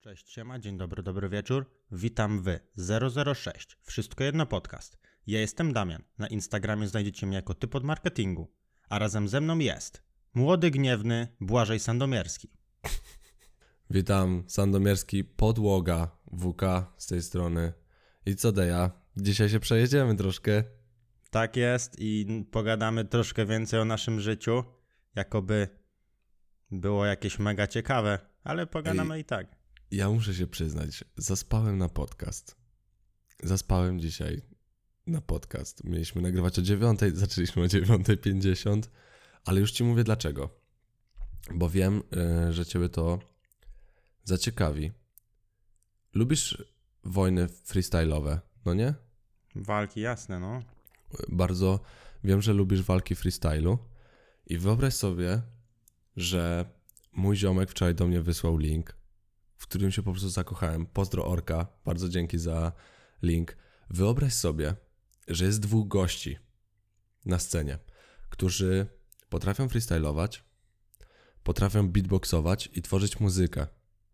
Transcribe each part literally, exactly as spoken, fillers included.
Cześć, siema, dzień dobry, dobry wieczór. Witam wy, zero zero sześć, Wszystko Jedno Podcast. Ja jestem Damian, na Instagramie znajdziecie mnie jako typ od marketingu, a razem ze mną jest młody, gniewny Błażej Sandomierski. Witam, Sandomierski, Podłoga, W K z tej strony. I co Deja? Dzisiaj się przejedziemy troszkę. Tak jest i pogadamy troszkę więcej o naszym życiu, jakoby było jakieś mega ciekawe, ale pogadamy Ej. i tak. Ja muszę się przyznać, zaspałem na podcast. Zaspałem dzisiaj na podcast. Mieliśmy nagrywać o dziewiątej, zaczęliśmy o dziewiąta pięćdziesiąt, ale już ci mówię dlaczego. Bo wiem, yy, że ciebie to zaciekawi. Lubisz wojny freestyle'owe, no nie? Walki, jasne, no. Bardzo wiem, że lubisz walki freestylu i wyobraź sobie, że mój ziomek wczoraj do mnie wysłał link, w którym się po prostu zakochałem. Pozdro Orka, bardzo dzięki za link. Wyobraź sobie, że jest dwóch gości na scenie, którzy potrafią freestylować, potrafią beatboxować i tworzyć muzykę.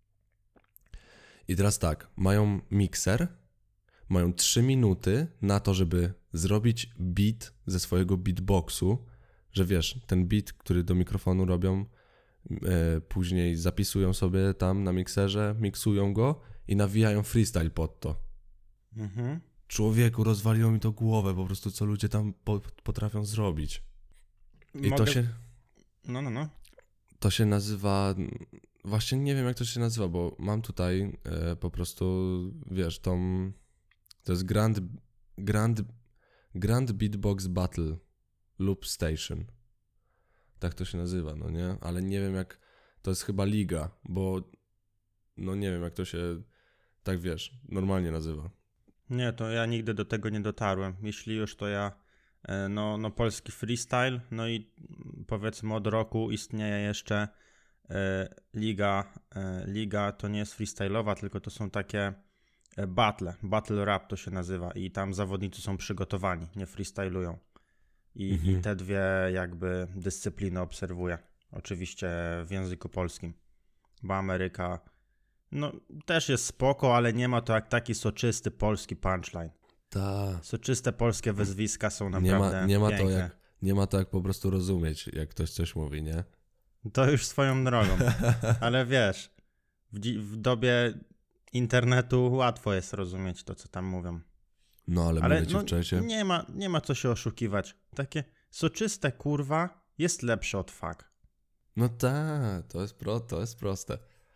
I teraz tak, mają mikser, mają trzy minuty na to, żeby zrobić beat ze swojego beatboxu, że wiesz, ten beat, który do mikrofonu robią, e, później zapisują sobie tam na mikserze, miksują go i nawijają freestyle pod to. Mhm. Człowieku, rozwaliło mi to głowę, po prostu co ludzie tam po, potrafią zrobić. I Mogę... to się... No, no, no. To się nazywa... Właśnie nie wiem, jak to się nazywa, bo mam tutaj e, po prostu, wiesz, tą... To jest Grand... Grand... Grand Beatbox Battle Loop Station. Tak to się nazywa, no nie? Ale nie wiem jak... To jest chyba liga, bo... No nie wiem jak to się... Tak wiesz, normalnie nazywa. Nie, to ja nigdy do tego nie dotarłem. Jeśli już, to ja... e, No, no polski freestyle, no i mm, powiedzmy od roku istnieje jeszcze e, liga. E, liga to nie jest freestyle'owa, tylko to są takie e, battle. Battle rap to się nazywa i tam zawodnicy są przygotowani, nie freestylują. I, Mhm. I te dwie jakby dyscypliny obserwuję. Oczywiście w języku polskim. Bo Ameryka, no też jest spoko, ale nie ma to jak taki soczysty polski punchline. Ta. Soczyste polskie wyzwiska są Nie naprawdę ma, nie ma to piękne. jak... Nie ma to jak po prostu rozumieć, jak ktoś coś mówi, nie? To już swoją drogą. Ale wiesz, w, dzi- w dobie internetu łatwo jest rozumieć to, co tam mówią. No ale, Ale mówię ci no, wcześniej. nie ma, nie ma co się oszukiwać. Takie soczyste kurwa jest lepsze od fuck. No tak, to jest pro, to jest proste.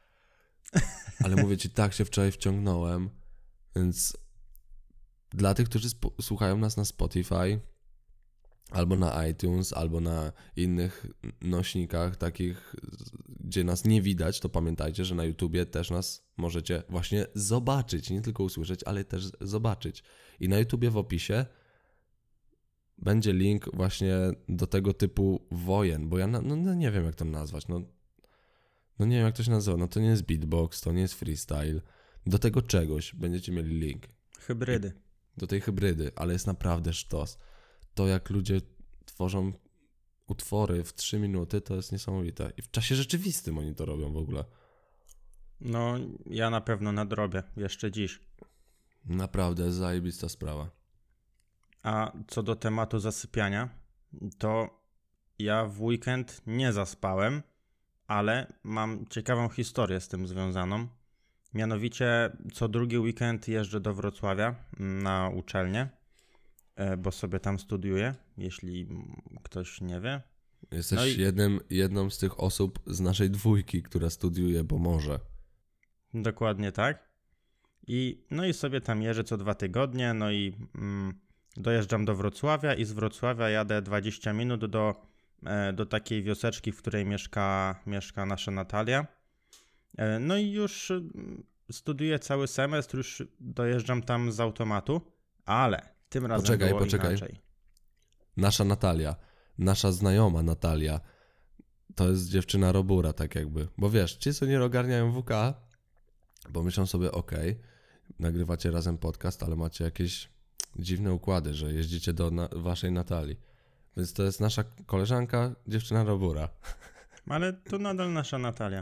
Ale mówię ci, tak się wczoraj wciągnąłem, więc dla tych, którzy sp- słuchają nas na Spotify, albo na iTunes, albo na innych nośnikach takich, gdzie nas nie widać, to pamiętajcie, że na YouTubie też nas możecie właśnie zobaczyć, nie tylko usłyszeć, ale też zobaczyć. I na YouTubie w opisie będzie link właśnie do tego typu wojen, bo ja na, no, no nie wiem jak to nazwać, no, no nie wiem jak to się nazywa, no to nie jest beatbox, to nie jest freestyle, do tego czegoś będziecie mieli link, Hybrydy. do tej hybrydy, ale jest naprawdę sztos. To jak ludzie tworzą utwory w trzy minuty, to jest niesamowite i w czasie rzeczywistym oni to robią w ogóle. No, ja na pewno nadrobię jeszcze dziś. Naprawdę zajebista sprawa. A co do tematu zasypiania, to ja w weekend nie zaspałem, ale mam ciekawą historię z tym związaną. Mianowicie co drugi weekend jeżdżę do Wrocławia na uczelnię, e, bo sobie tam studiuję, jeśli mm, ktoś nie wie. Jesteś No i- jednym, jedną z tych osób z naszej dwójki, która studiuje, bo może. Dokładnie tak. I, no i sobie tam jeżdżę co dwa tygodnie, no i mm, dojeżdżam do Wrocławia i z Wrocławia jadę dwadzieścia minut do, e, do takiej wioseczki, w której mieszka, mieszka nasza Natalia. E, no i już mm, studiuję cały semestr, już dojeżdżam tam z automatu, ale tym razem Poczekaj, było poczekaj. inaczej. Nasza Natalia, nasza znajoma Natalia, to jest dziewczyna Robura, tak jakby. Bo wiesz, ci co nie ogarniają W K, bo myślą sobie, okej, nagrywacie razem podcast, ale macie jakieś dziwne układy, że jeździcie do na- waszej Natalii. Więc to jest nasza koleżanka, dziewczyna Robura. Ale to nadal nasza Natalia.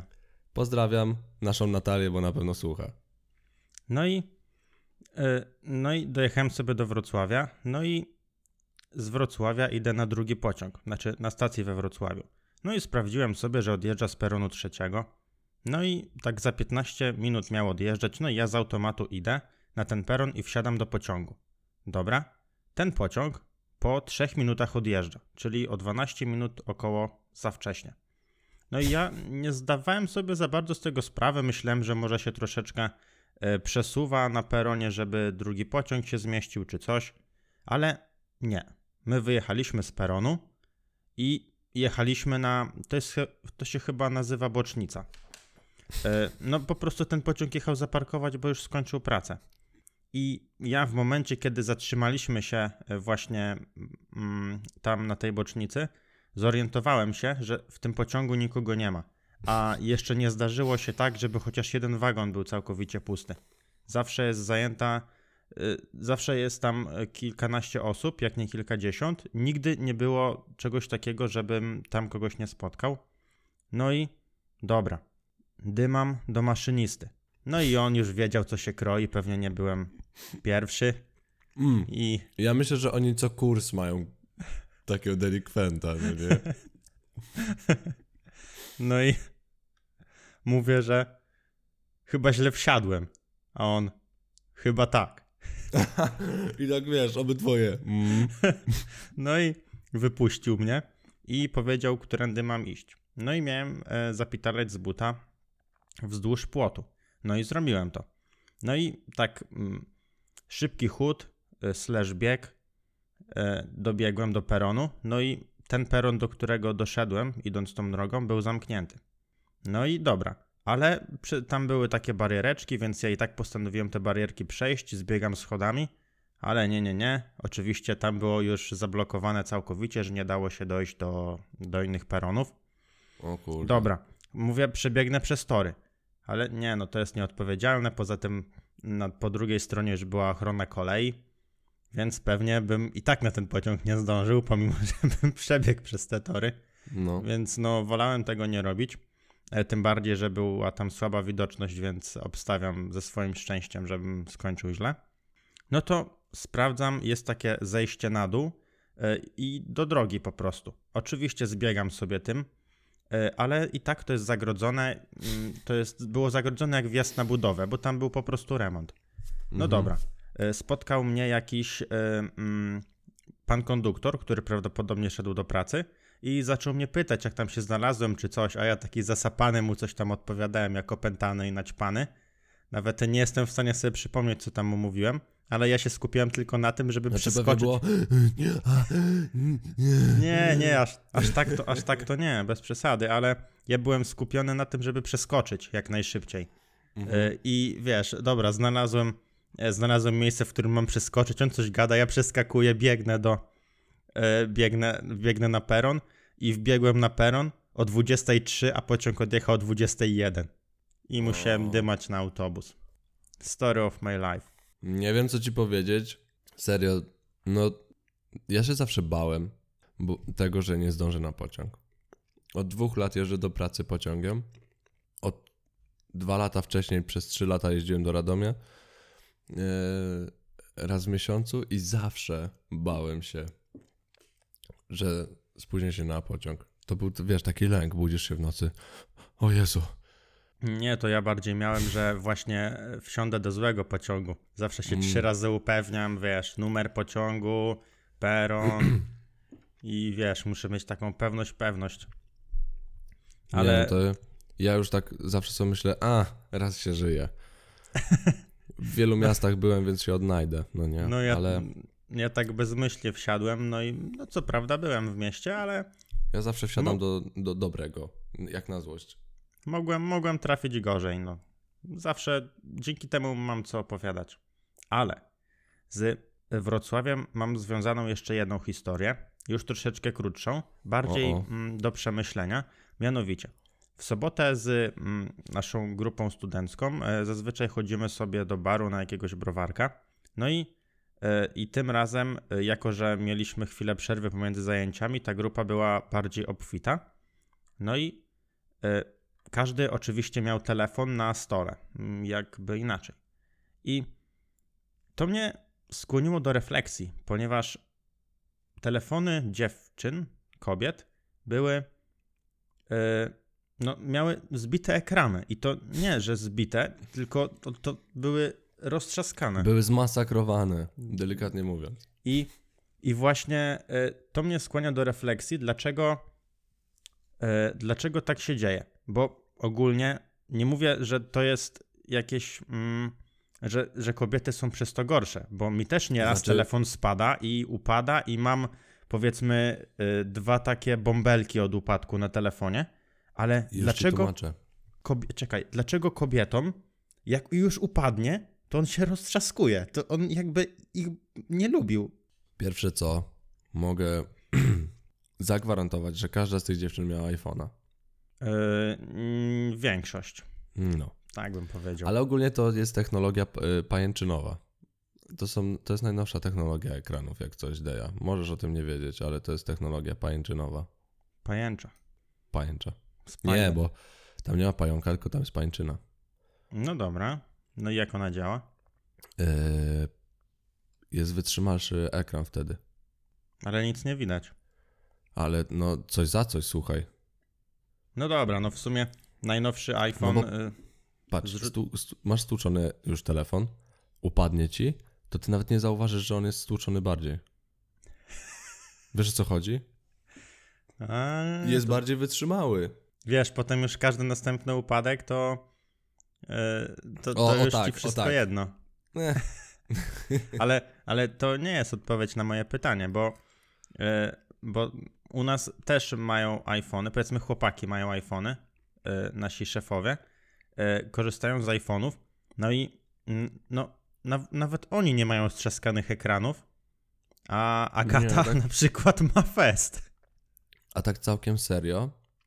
Pozdrawiam naszą Natalię, bo na pewno słucha. No i, yy, no i dojechałem sobie do Wrocławia, no i z Wrocławia idę na drugi pociąg, znaczy na stację we Wrocławiu. No i sprawdziłem sobie, że odjeżdża z peronu trzeciego. No i tak za piętnaście minut miał odjeżdżać, no i ja z automatu idę na ten peron i wsiadam do pociągu. Dobra, ten pociąg po trzech minutach odjeżdża, czyli o dwanaście minut około za wcześnie. No i ja nie zdawałem sobie za bardzo z tego sprawy, myślałem, że może się troszeczkę y, przesuwa na peronie, żeby drugi pociąg się zmieścił czy coś, ale nie. My wyjechaliśmy z peronu i jechaliśmy na, to, jest, to się chyba nazywa bocznica. No po prostu ten pociąg jechał zaparkować, bo już skończył pracę. I ja w momencie, kiedy zatrzymaliśmy się właśnie mm, tam na tej bocznicy, zorientowałem się, że w tym pociągu nikogo nie ma. A jeszcze nie zdarzyło się tak, żeby chociaż jeden wagon był całkowicie pusty. Zawsze jest zajęta, y, zawsze jest tam kilkanaście osób, jak nie kilkadziesiąt. Nigdy nie było czegoś takiego, żebym tam kogoś nie spotkał. No i dobra. Dymam do maszynisty. No i on już wiedział, co się kroi, pewnie nie byłem pierwszy. Mm. I Ja myślę, że oni co kurs mają takiego delikwenta, no nie? no i mówię, że chyba źle wsiadłem, a on chyba tak. I tak wiesz, obydwoje. Mm. No i wypuścił mnie i powiedział, którędy mam iść. No i miałem e, zapitalać z buta wzdłuż płotu. No i zrobiłem to. No i tak mm, szybki chód, y, slash bieg, y, dobiegłem do peronu. No i ten peron, do którego doszedłem, idąc tą drogą, był zamknięty. No i dobra, ale przy, tam były takie bariereczki, więc ja i tak postanowiłem te barierki przejść, zbiegam schodami, ale nie, nie, nie. Oczywiście tam było już zablokowane całkowicie, że nie dało się dojść do, do innych peronów. O kurde. Dobra, mówię, przebiegnę przez tory. Ale nie, no to jest nieodpowiedzialne, poza tym na, po drugiej stronie już była ochrona kolei, więc pewnie bym i tak na ten pociąg nie zdążył, pomimo że bym przebiegł przez te tory, No. więc no wolałem tego nie robić, e, tym bardziej, że była tam słaba widoczność, więc obstawiam ze swoim szczęściem, żebym skończył źle. No to sprawdzam, jest takie zejście na dół e, i do drogi po prostu. Oczywiście zbiegam sobie tym, ale i tak to jest zagrodzone, to jest, było zagrodzone jak wjazd na budowę, bo tam był po prostu remont. No Mhm. dobra, spotkał mnie jakiś y, y, pan konduktor, który prawdopodobnie szedł do pracy i zaczął mnie pytać, jak tam się znalazłem czy coś, a ja taki zasapany mu coś tam odpowiadałem, jak opętany i naćpany. Nawet nie jestem w stanie sobie przypomnieć, co tam mu mówiłem, ale ja się skupiłem tylko na tym, żeby Znaczy przeskoczyć. było... Nie, nie, aż, aż, tak to, aż tak to nie, bez przesady, ale ja byłem skupiony na tym, żeby przeskoczyć jak najszybciej. Mhm. Y, I wiesz, dobra, znalazłem, e, znalazłem miejsce, w którym mam przeskoczyć, on coś gada, ja przeskakuję, biegnę do, e, biegnę, biegnę na peron i wbiegłem na peron o dwudziestej trzeciej, a pociąg odjechał o dwudziestej pierwszej. I musiałem O. dymać na autobus. Story of my life. Nie wiem, co ci powiedzieć. Serio, no ja się zawsze bałem bo, tego, że nie zdążę na pociąg. Od dwóch lat jeżdżę do pracy pociągiem. Od dwa lata wcześniej, przez trzy lata jeździłem do Radomia. Yy, raz w miesiącu i zawsze bałem się, że spóźnię się na pociąg. To był, wiesz, taki lęk, budzisz się w nocy. O Jezu. Nie, to ja bardziej miałem, że właśnie wsiądę do złego pociągu. Zawsze się Mm. trzy razy upewniam, wiesz, numer pociągu, peron i wiesz, muszę mieć taką pewność, pewność. Ale Nie, no to ja już tak zawsze sobie myślę, a, raz się żyje. W wielu miastach byłem, więc się odnajdę, no nie, no ja, ale ja tak bezmyślnie wsiadłem, no i no co prawda byłem w mieście, ale ja zawsze wsiadam No. do, do dobrego, jak na złość. mogłem, mogłem trafić gorzej, no. Zawsze dzięki temu mam co opowiadać. Ale z Wrocławiem mam związaną jeszcze jedną historię, już troszeczkę krótszą, bardziej O, o. mm, do przemyślenia. Mianowicie, w sobotę z mm, naszą grupą studencką e, zazwyczaj chodzimy sobie do baru na jakiegoś browarka. No i, e, i tym razem, e, jako że mieliśmy chwilę przerwy pomiędzy zajęciami, ta grupa była bardziej obfita. No i e, każdy oczywiście miał telefon na stole, jakby inaczej. I to mnie skłoniło do refleksji, ponieważ telefony dziewczyn, kobiet były, yy, no miały zbite ekrany i to nie, że zbite, tylko to, to były roztrzaskane. Były zmasakrowane, delikatnie mówiąc. I, i właśnie y, to mnie skłania do refleksji, dlaczego, y, dlaczego tak się dzieje. Bo ogólnie nie mówię, że to jest jakieś, mm, że, że kobiety są przez to gorsze, bo mi też nieraz Znaczy- telefon spada i upada i mam powiedzmy y, dwa takie bąbelki od upadku na telefonie, ale Już dlaczego, ci tłumaczę. kobie- czekaj, dlaczego kobietom, jak już upadnie, to on się roztrzaskuje, to on jakby ich nie lubił. Pierwsze co, mogę zagwarantować, że każda z tych dziewczyn miała iPhone'a. Yy, mm, większość, No. tak bym powiedział. Ale ogólnie to jest technologia y, pajęczynowa. To, są, to jest najnowsza technologia ekranów, jak coś deja. Możesz o tym nie wiedzieć, ale to jest technologia pajęczynowa. Pajęcza. Pajęcza. Spajęcza. Nie, bo tam nie ma pająka, tylko tam jest pajęczyna. No dobra. No i jak ona działa? Yy, jest wytrzymalszy ekran wtedy. Ale nic nie widać. Ale no coś za coś, słuchaj. No dobra, no w sumie najnowszy iPhone... No bo- yy, Patrz, Zrzu- stu, stu, masz stłuczony już telefon, upadnie ci, to ty nawet nie zauważysz, że on jest stłuczony bardziej. Wiesz o co chodzi? a, Jest to, bardziej wytrzymały. Wiesz, potem już każdy następny upadek to... Yy, to, O, to o już tak, ci o wszystko tak. jedno. Nie. Ale, ale to nie jest odpowiedź na moje pytanie, bo, yy, bo u nas też mają iPhony, powiedzmy chłopaki mają iPhony, yy, nasi szefowie, yy, korzystają z iPhone'ów, no i mm, no, na, nawet oni nie mają strzaskanych ekranów, a Agata Nie, tak- na przykład ma fest. A tak całkiem serio,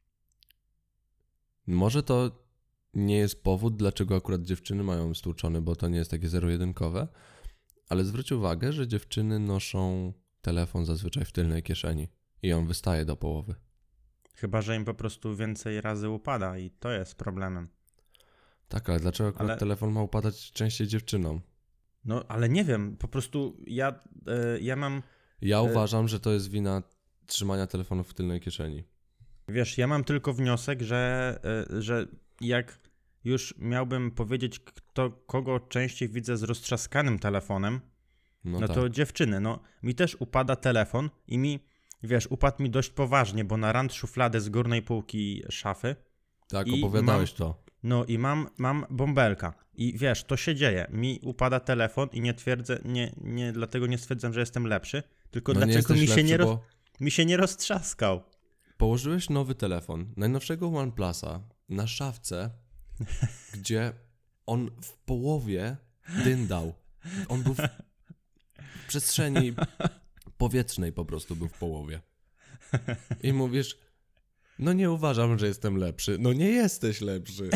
może to nie jest powód, dlaczego akurat dziewczyny mają stłuczony, bo to nie jest takie zero-jedynkowe, ale zwróć uwagę, że dziewczyny noszą telefon zazwyczaj w tylnej kieszeni i on wystaje do połowy. Chyba że im po prostu więcej razy upada i to jest problemem. Tak, ale dlaczego akurat Ale- telefon ma upadać częściej dziewczynom? No, ale nie wiem, po prostu ja, yy, ja mam... Ja E- uważam, że to jest wina trzymania telefonu w tylnej kieszeni. Wiesz, ja mam tylko wniosek, że, y, że jak już miałbym powiedzieć, kto, kogo częściej widzę z roztrzaskanym telefonem, No, no, tak. to dziewczyny. No, mi też upada telefon i mi, wiesz, upadł mi dość poważnie, bo na rant szufladę z górnej półki szafy, Tak, i opowiadałeś mam- to. no i mam, mam bąbelka. I wiesz, to się dzieje. Mi upada telefon i nie twierdzę, nie, nie, dlatego nie stwierdzam, że jestem lepszy, tylko No nie dlaczego jesteś mi się, lepszy, nie roz, bo mi się nie roztrzaskał. położyłeś nowy telefon, najnowszego OnePlusa, na szafce, gdzie on w połowie dyndał. On był w w przestrzeni powietrznej po prostu był w połowie. I mówisz, no nie uważam, że jestem lepszy. No nie jesteś lepszy.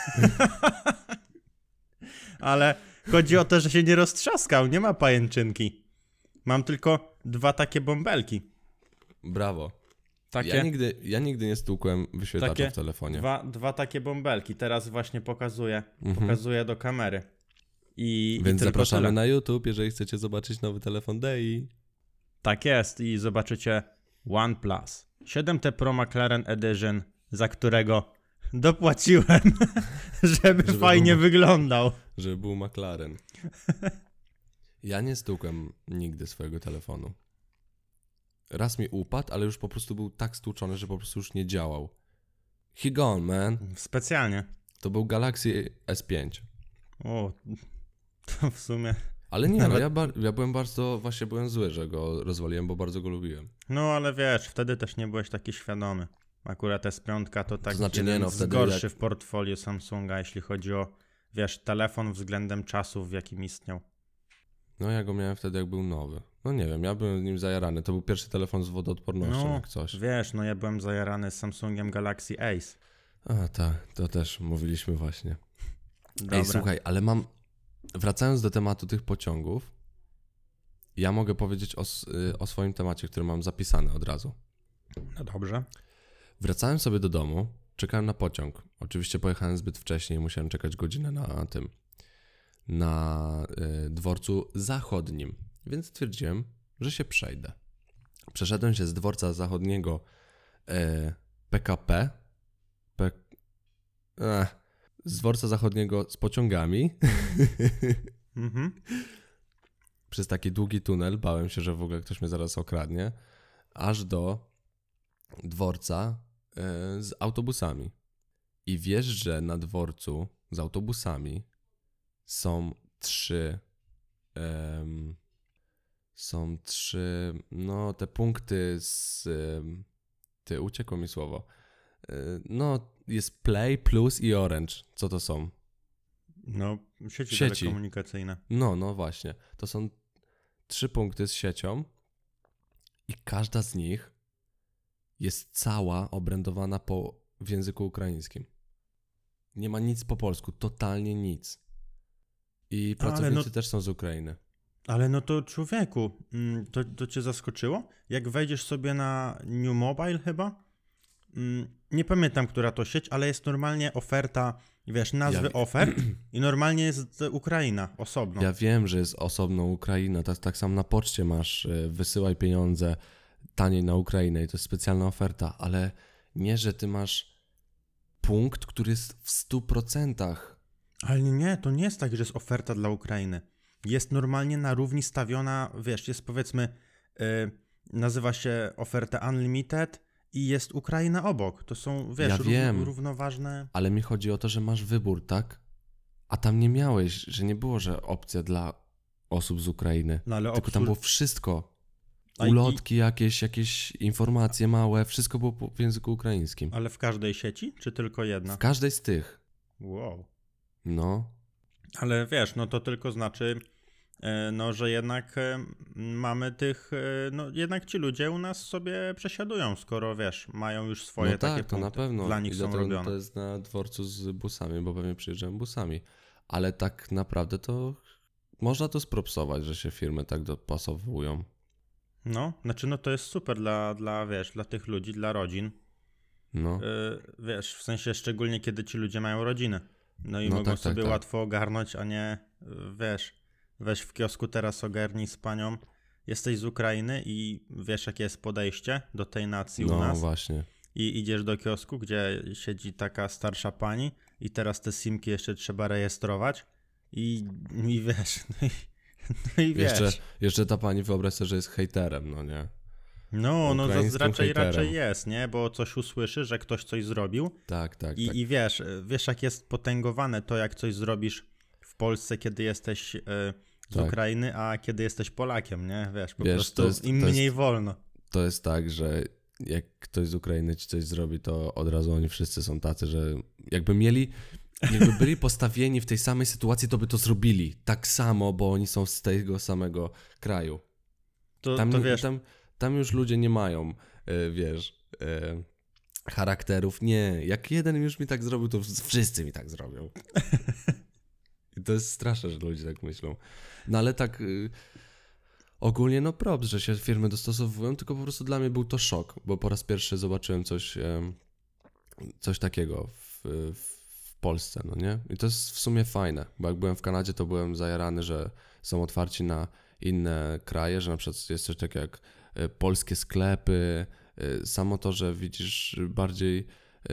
Ale chodzi o to, że się nie roztrzaskał, nie ma pajęczynki. Mam tylko dwa takie bąbelki. Brawo. Takie, Ja nigdy, ja nigdy nie stukłem wyświetlacza Takie w telefonie. dwa, dwa takie bąbelki. Teraz właśnie pokazuję, Mhm. pokazuję do kamery. I, Więc i tylko zapraszamy tyle. na YouTube, jeżeli chcecie zobaczyć nowy telefon Dei. Tak jest i zobaczycie OnePlus siedem T Pro McLaren Edition, za którego dopłaciłem, żeby, Żeby fajnie był- wyglądał. Że był McLaren. Ja nie stukłem nigdy swojego telefonu. Raz mi upadł, ale już po prostu był tak stłuczony, że po prostu już nie działał. He gone, man. Specjalnie. To był Galaxy S pięć. O, to w sumie... Ale nie, no Nawet- ja, bar- ja byłem bardzo, właśnie byłem zły, że go rozwaliłem, bo bardzo go lubiłem. No ale wiesz, wtedy też nie byłeś taki świadomy. Akurat S pięć to tak znaczy nie, jeden no, z wtedy gorszy jak- w portfolio Samsunga, jeśli chodzi o, wiesz, telefon względem czasów, w jakim istniał. No ja go miałem wtedy, jak był nowy. No nie wiem, ja byłem nim zajarany. To był pierwszy telefon z wodoodpornością, No, jak coś. wiesz, no ja byłem zajarany z Samsungiem Galaxy Ace. A tak, to też mówiliśmy właśnie. Dobra. Ej, słuchaj, ale mam... Wracając do tematu tych pociągów, ja mogę powiedzieć o, s- y, o swoim temacie, który mam zapisany od razu. No dobrze. Wracałem sobie do domu, czekałem na pociąg. Oczywiście pojechałem zbyt wcześnie i musiałem czekać godzinę na tym, na y, dworcu zachodnim, więc stwierdziłem, że się przejdę. Przeszedłem się z dworca zachodniego y, P K P, P, eh, z dworca zachodniego z pociągami, Mhm. przez taki długi tunel, bałem się, że w ogóle ktoś mnie zaraz okradnie, aż do dworca y, z autobusami. I wiesz, że na dworcu z autobusami są trzy em, są trzy, no te punkty z em, ty, uciekło mi słowo. E, no jest Play, Plus i Orange. Co to są? No, sieci, Sieci. telekomunikacyjne. No, no właśnie. To są trzy punkty z siecią i każda z nich jest cała obrędowana po, w języku ukraińskim. Nie ma nic po polsku, totalnie nic. I Ale pracownicy no- też są z Ukrainy. Ale no to człowieku, mm, to, to cię zaskoczyło? Jak wejdziesz sobie na New Mobile chyba, mm, nie pamiętam, która to sieć, ale jest normalnie oferta, wiesz, nazwy Ja- ofert i normalnie jest Ukraina osobno. Ja wiem, że jest osobno Ukraina, tak, tak samo na poczcie masz, y, wysyłaj pieniądze taniej na Ukrainę i to jest specjalna oferta, ale nie, że ty masz punkt, który jest w stu procentach. Ale nie, nie, to nie jest tak, że jest oferta dla Ukrainy. Jest normalnie na równi stawiona, wiesz, jest powiedzmy, yy, nazywa się oferta Unlimited i jest Ukraina obok. To są, wiesz, Ja rów- wiem. równoważne... Ale mi chodzi o to, że masz wybór, tak? A tam nie miałeś, że nie było, że opcja dla osób z Ukrainy. No ale Tylko tam obsłu- było wszystko. A i- Ulotki jakieś, jakieś informacje małe, wszystko było po- w języku ukraińskim. Ale w każdej sieci, czy tylko jedna? W każdej z tych. Wow. No, Ale wiesz, no to tylko znaczy, e, no, że jednak e, mamy tych, e, no jednak ci ludzie u nas sobie przesiadują, skoro wiesz, mają już swoje no takie tak, to punkty. na pewno. Dla nich I są dlatego robione. to jest na dworcu z busami, bo pewnie przyjeżdżają busami. Ale tak naprawdę to można to spropsować, że się firmy tak dopasowują. No, znaczy no to jest super dla, dla wiesz, dla tych ludzi, dla rodzin. No, E, wiesz, w sensie szczególnie kiedy ci ludzie mają rodziny. No i No mogą tak, tak, sobie tak. łatwo ogarnąć, a nie, e, wiesz, weź w kiosku teraz ogarnij z panią, jesteś z Ukrainy i wiesz jakie jest podejście do tej nacji u no nas. właśnie. I idziesz do kiosku, gdzie siedzi taka starsza pani i teraz te simki jeszcze trzeba rejestrować i, i wiesz, no i, no i wiesz. Jeszcze, jeszcze ta pani wyobraź sobie, że jest hejterem, no nie? No, no ukraińskim to raczej, hejterem. raczej jest, nie? Bo coś usłyszy, że ktoś coś zrobił Tak, tak, i, tak. i wiesz, wiesz jak jest potęgowane to, jak coś zrobisz w Polsce, kiedy jesteś y, z Tak. Ukrainy, a kiedy jesteś Polakiem, nie? Wiesz, po Wiesz, prostu to jest- im to jest- mniej wolno. To jest tak, że jak ktoś z Ukrainy ci coś zrobi, to od razu oni wszyscy są tacy, że jakby mieli, jakby byli postawieni w tej samej sytuacji, to by to zrobili tak samo, bo oni są z tego samego kraju. To, Tam, to wiesz, tam, tam już ludzie nie mają, e, wiesz, e, charakterów. Nie, jak jeden już mi tak zrobił, to wszyscy mi tak zrobią. I to jest straszne, że ludzie tak myślą. No ale tak y, ogólnie no props, że się firmy dostosowują, tylko po prostu dla mnie był to szok, bo po raz pierwszy zobaczyłem coś, em, coś takiego w, w, w Polsce, no nie? I to jest w sumie fajne, bo jak byłem w Kanadzie, to byłem zajarany, że są otwarci na inne kraje, że na przykład jest coś takiego jak e, polskie sklepy, e, samo to, że widzisz bardziej e,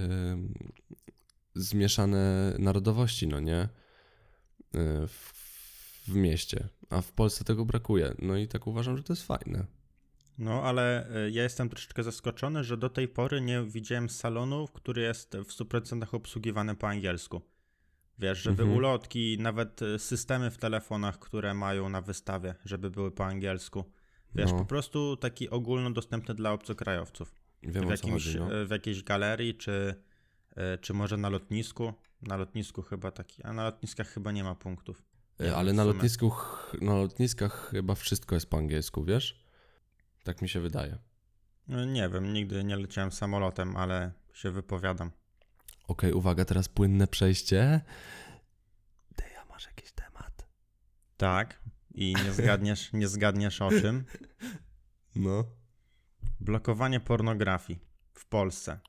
zmieszane narodowości, no nie? E, w, w mieście, a w Polsce tego brakuje. No i tak uważam, że to jest fajne. No, ale y, ja jestem troszeczkę zaskoczony, że do tej pory nie widziałem salonu, który jest w stu procentach obsługiwany po angielsku. Wiesz, żeby Mhm. ulotki, nawet y, systemy w telefonach, które mają na wystawie, żeby były po angielsku. Wiesz, No. po prostu taki ogólnodostępny dla obcokrajowców. Wiem W, o co jakimś, chodzi, no. y, w jakiejś galerii, czy, y, czy może na lotnisku. Na lotnisku chyba taki, a na lotniskach chyba nie ma punktów. Nie E, wiem, Ale w na, sumie. lotnisku, na lotniskach chyba wszystko jest po angielsku, wiesz? Tak mi się wydaje. No, nie wiem, nigdy nie leciałem samolotem, ale się wypowiadam. Okej, uwaga, teraz płynne przejście. Deja, masz jakiś temat? Tak, i nie zgadniesz, nie zgadniesz o czym. No. Blokowanie pornografii w Polsce.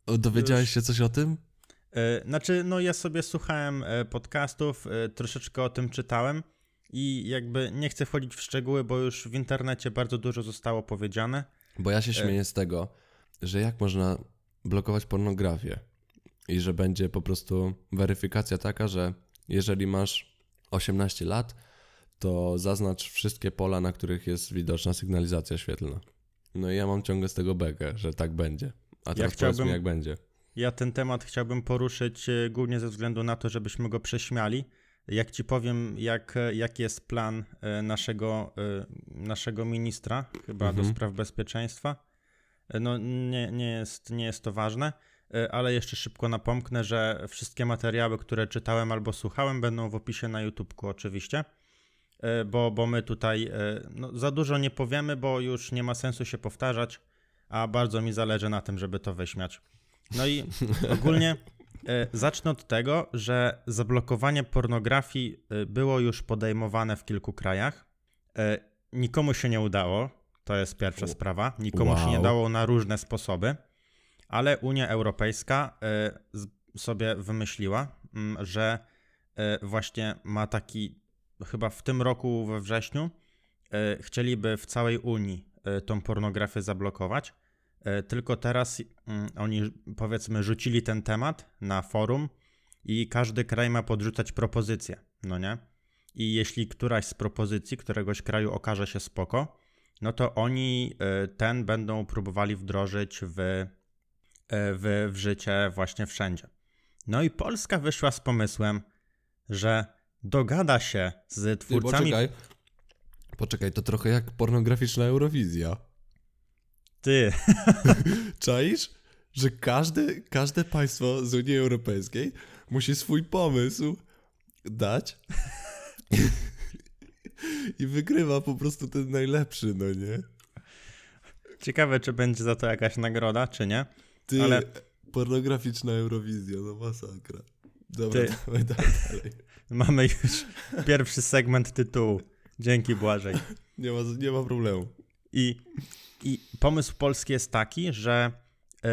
O, dowiedziałeś Już. się coś o tym? E, Znaczy, no ja sobie słuchałem e, podcastów, e, troszeczkę o tym czytałem i jakby nie chcę wchodzić w szczegóły, bo już w internecie bardzo dużo zostało powiedziane. Bo ja się E. śmieję z tego, że jak można blokować pornografię i że będzie po prostu weryfikacja taka, że jeżeli masz osiemnaście lat, to zaznacz wszystkie pola, na których jest widoczna sygnalizacja świetlna. No i ja mam ciągle z tego bekę, że tak będzie. A teraz chciałbym- powiedz mi, jak będzie. Ja ten temat chciałbym poruszyć e, głównie ze względu na to, żebyśmy go prześmiali. Jak ci powiem, jak, jaki jest plan e, naszego, e, naszego ministra, chyba Mhm. do spraw bezpieczeństwa, e, no nie, nie, jest, nie jest to ważne, e, ale jeszcze szybko napomknę, że wszystkie materiały, które czytałem albo słuchałem, będą w opisie na YouTubeku oczywiście, e, bo, bo my tutaj e, no, za dużo nie powiemy, bo już nie ma sensu się powtarzać, a bardzo mi zależy na tym, żeby to wyśmiać. No i ogólnie e, zacznę od tego, że zablokowanie pornografii e, było już podejmowane w kilku krajach. E, nikomu się nie udało, to jest pierwsza sprawa. Nikomu się nie Wow. dało na różne sposoby, ale Unia Europejska e, z, sobie wymyśliła, m, że e, właśnie ma taki, chyba w tym roku we wrześniu, e, chcieliby w całej Unii e, tą pornografię zablokować. E, Tylko teraz mm, oni, powiedzmy, rzucili ten temat na forum i każdy kraj ma podrzucać propozycję, no nie? I jeśli któraś z propozycji któregoś kraju okaże się spoko, no to oni e, ten będą próbowali wdrożyć w, e, w, w życie właśnie wszędzie. No i Polska wyszła z pomysłem, że dogada się z Ty, twórcami... poczekaj. Poczekaj, to trochę jak pornograficzna Eurowizja. Ty, Czaisz, że każde, każde państwo z Unii Europejskiej musi swój pomysł dać i wygrywa po prostu ten najlepszy, no nie? ciekawe, czy będzie za to jakaś nagroda, czy nie? Ty, Ale- pornograficzna Eurowizja, no masakra. Dobra, Ty- dawaj, dawaj dalej. Mamy już pierwszy segment tytułu. Dzięki, Błażej. Nie ma, nie ma problemu. I, I pomysł polski jest taki, że y,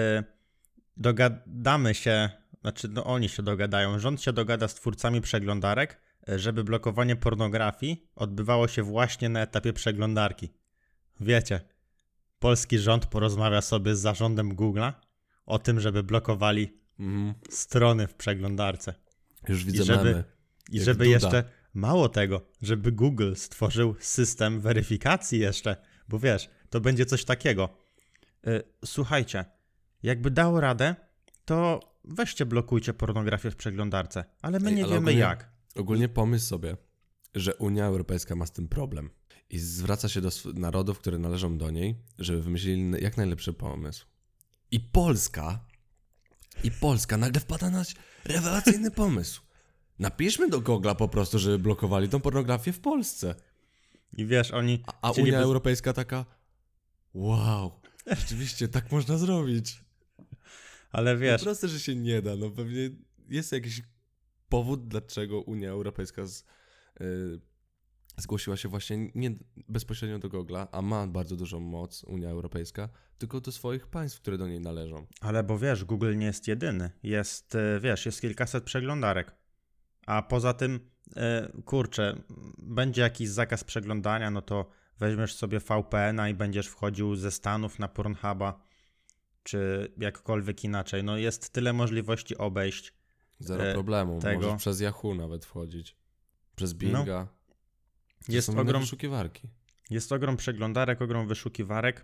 dogadamy się, znaczy no oni się dogadają, rząd się dogada z twórcami przeglądarek, y, żeby blokowanie pornografii odbywało się właśnie na etapie przeglądarki. Wiecie, polski rząd porozmawia sobie z zarządem Google'a o tym, żeby blokowali Mhm. strony w przeglądarce. Już widzę żeby- memy. I Jak żeby Duda. jeszcze, mało tego, żeby Google stworzył system weryfikacji jeszcze, bo wiesz, to będzie coś takiego. Y, Słuchajcie, jakby dało radę, to weźcie blokujcie pornografię w przeglądarce, ale my Ej, nie ale wiemy ogólnie- jak. Ogólnie pomyśl sobie, że Unia Europejska ma z tym problem i zwraca się do sw- narodów, które należą do niej, żeby wymyślili n- jak najlepszy pomysł. I Polska, i Polska nagle wpada na rewelacyjny pomysł. Napiszmy do Google'a po prostu, żeby blokowali tą pornografię w Polsce. I wiesz, oni A, a chcieliby- Unia Europejska taka, wow, rzeczywiście tak można zrobić. ale wiesz, Proste, że się nie da. No pewnie jest jakiś powód, dlaczego Unia Europejska z, y, zgłosiła się właśnie nie bezpośrednio do Google'a, a ma bardzo dużą moc Unia Europejska, tylko do swoich państw, które do niej należą. ale bo wiesz, Google nie jest jedyny. Jest, y, wiesz, jest kilkaset przeglądarek. A poza tym, y, kurczę, będzie jakiś zakaz przeglądania, no to weźmiesz sobie V P N a i będziesz wchodził ze Stanów na Pornhuba, czy jakkolwiek inaczej. No jest tyle możliwości obejść. Zero E, problemu. tego. Możesz przez Yahoo nawet wchodzić. Przez Binga. To Jest są inne ogrom, wyszukiwarki. jest ogrom przeglądarek, ogrom wyszukiwarek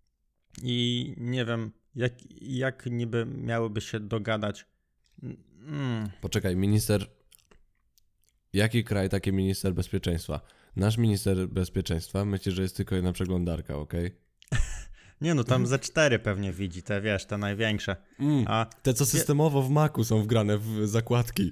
i nie wiem, jak, jak niby miałyby się dogadać. Mm, Poczekaj, minister... Jaki kraj, taki minister bezpieczeństwa? Nasz minister bezpieczeństwa myśli, że jest tylko jedna przeglądarka, okej? nie no, tam ze cztery pewnie widzi, te wiesz, te największe. Mm, A te, co systemowo w Macu są wgrane w zakładki.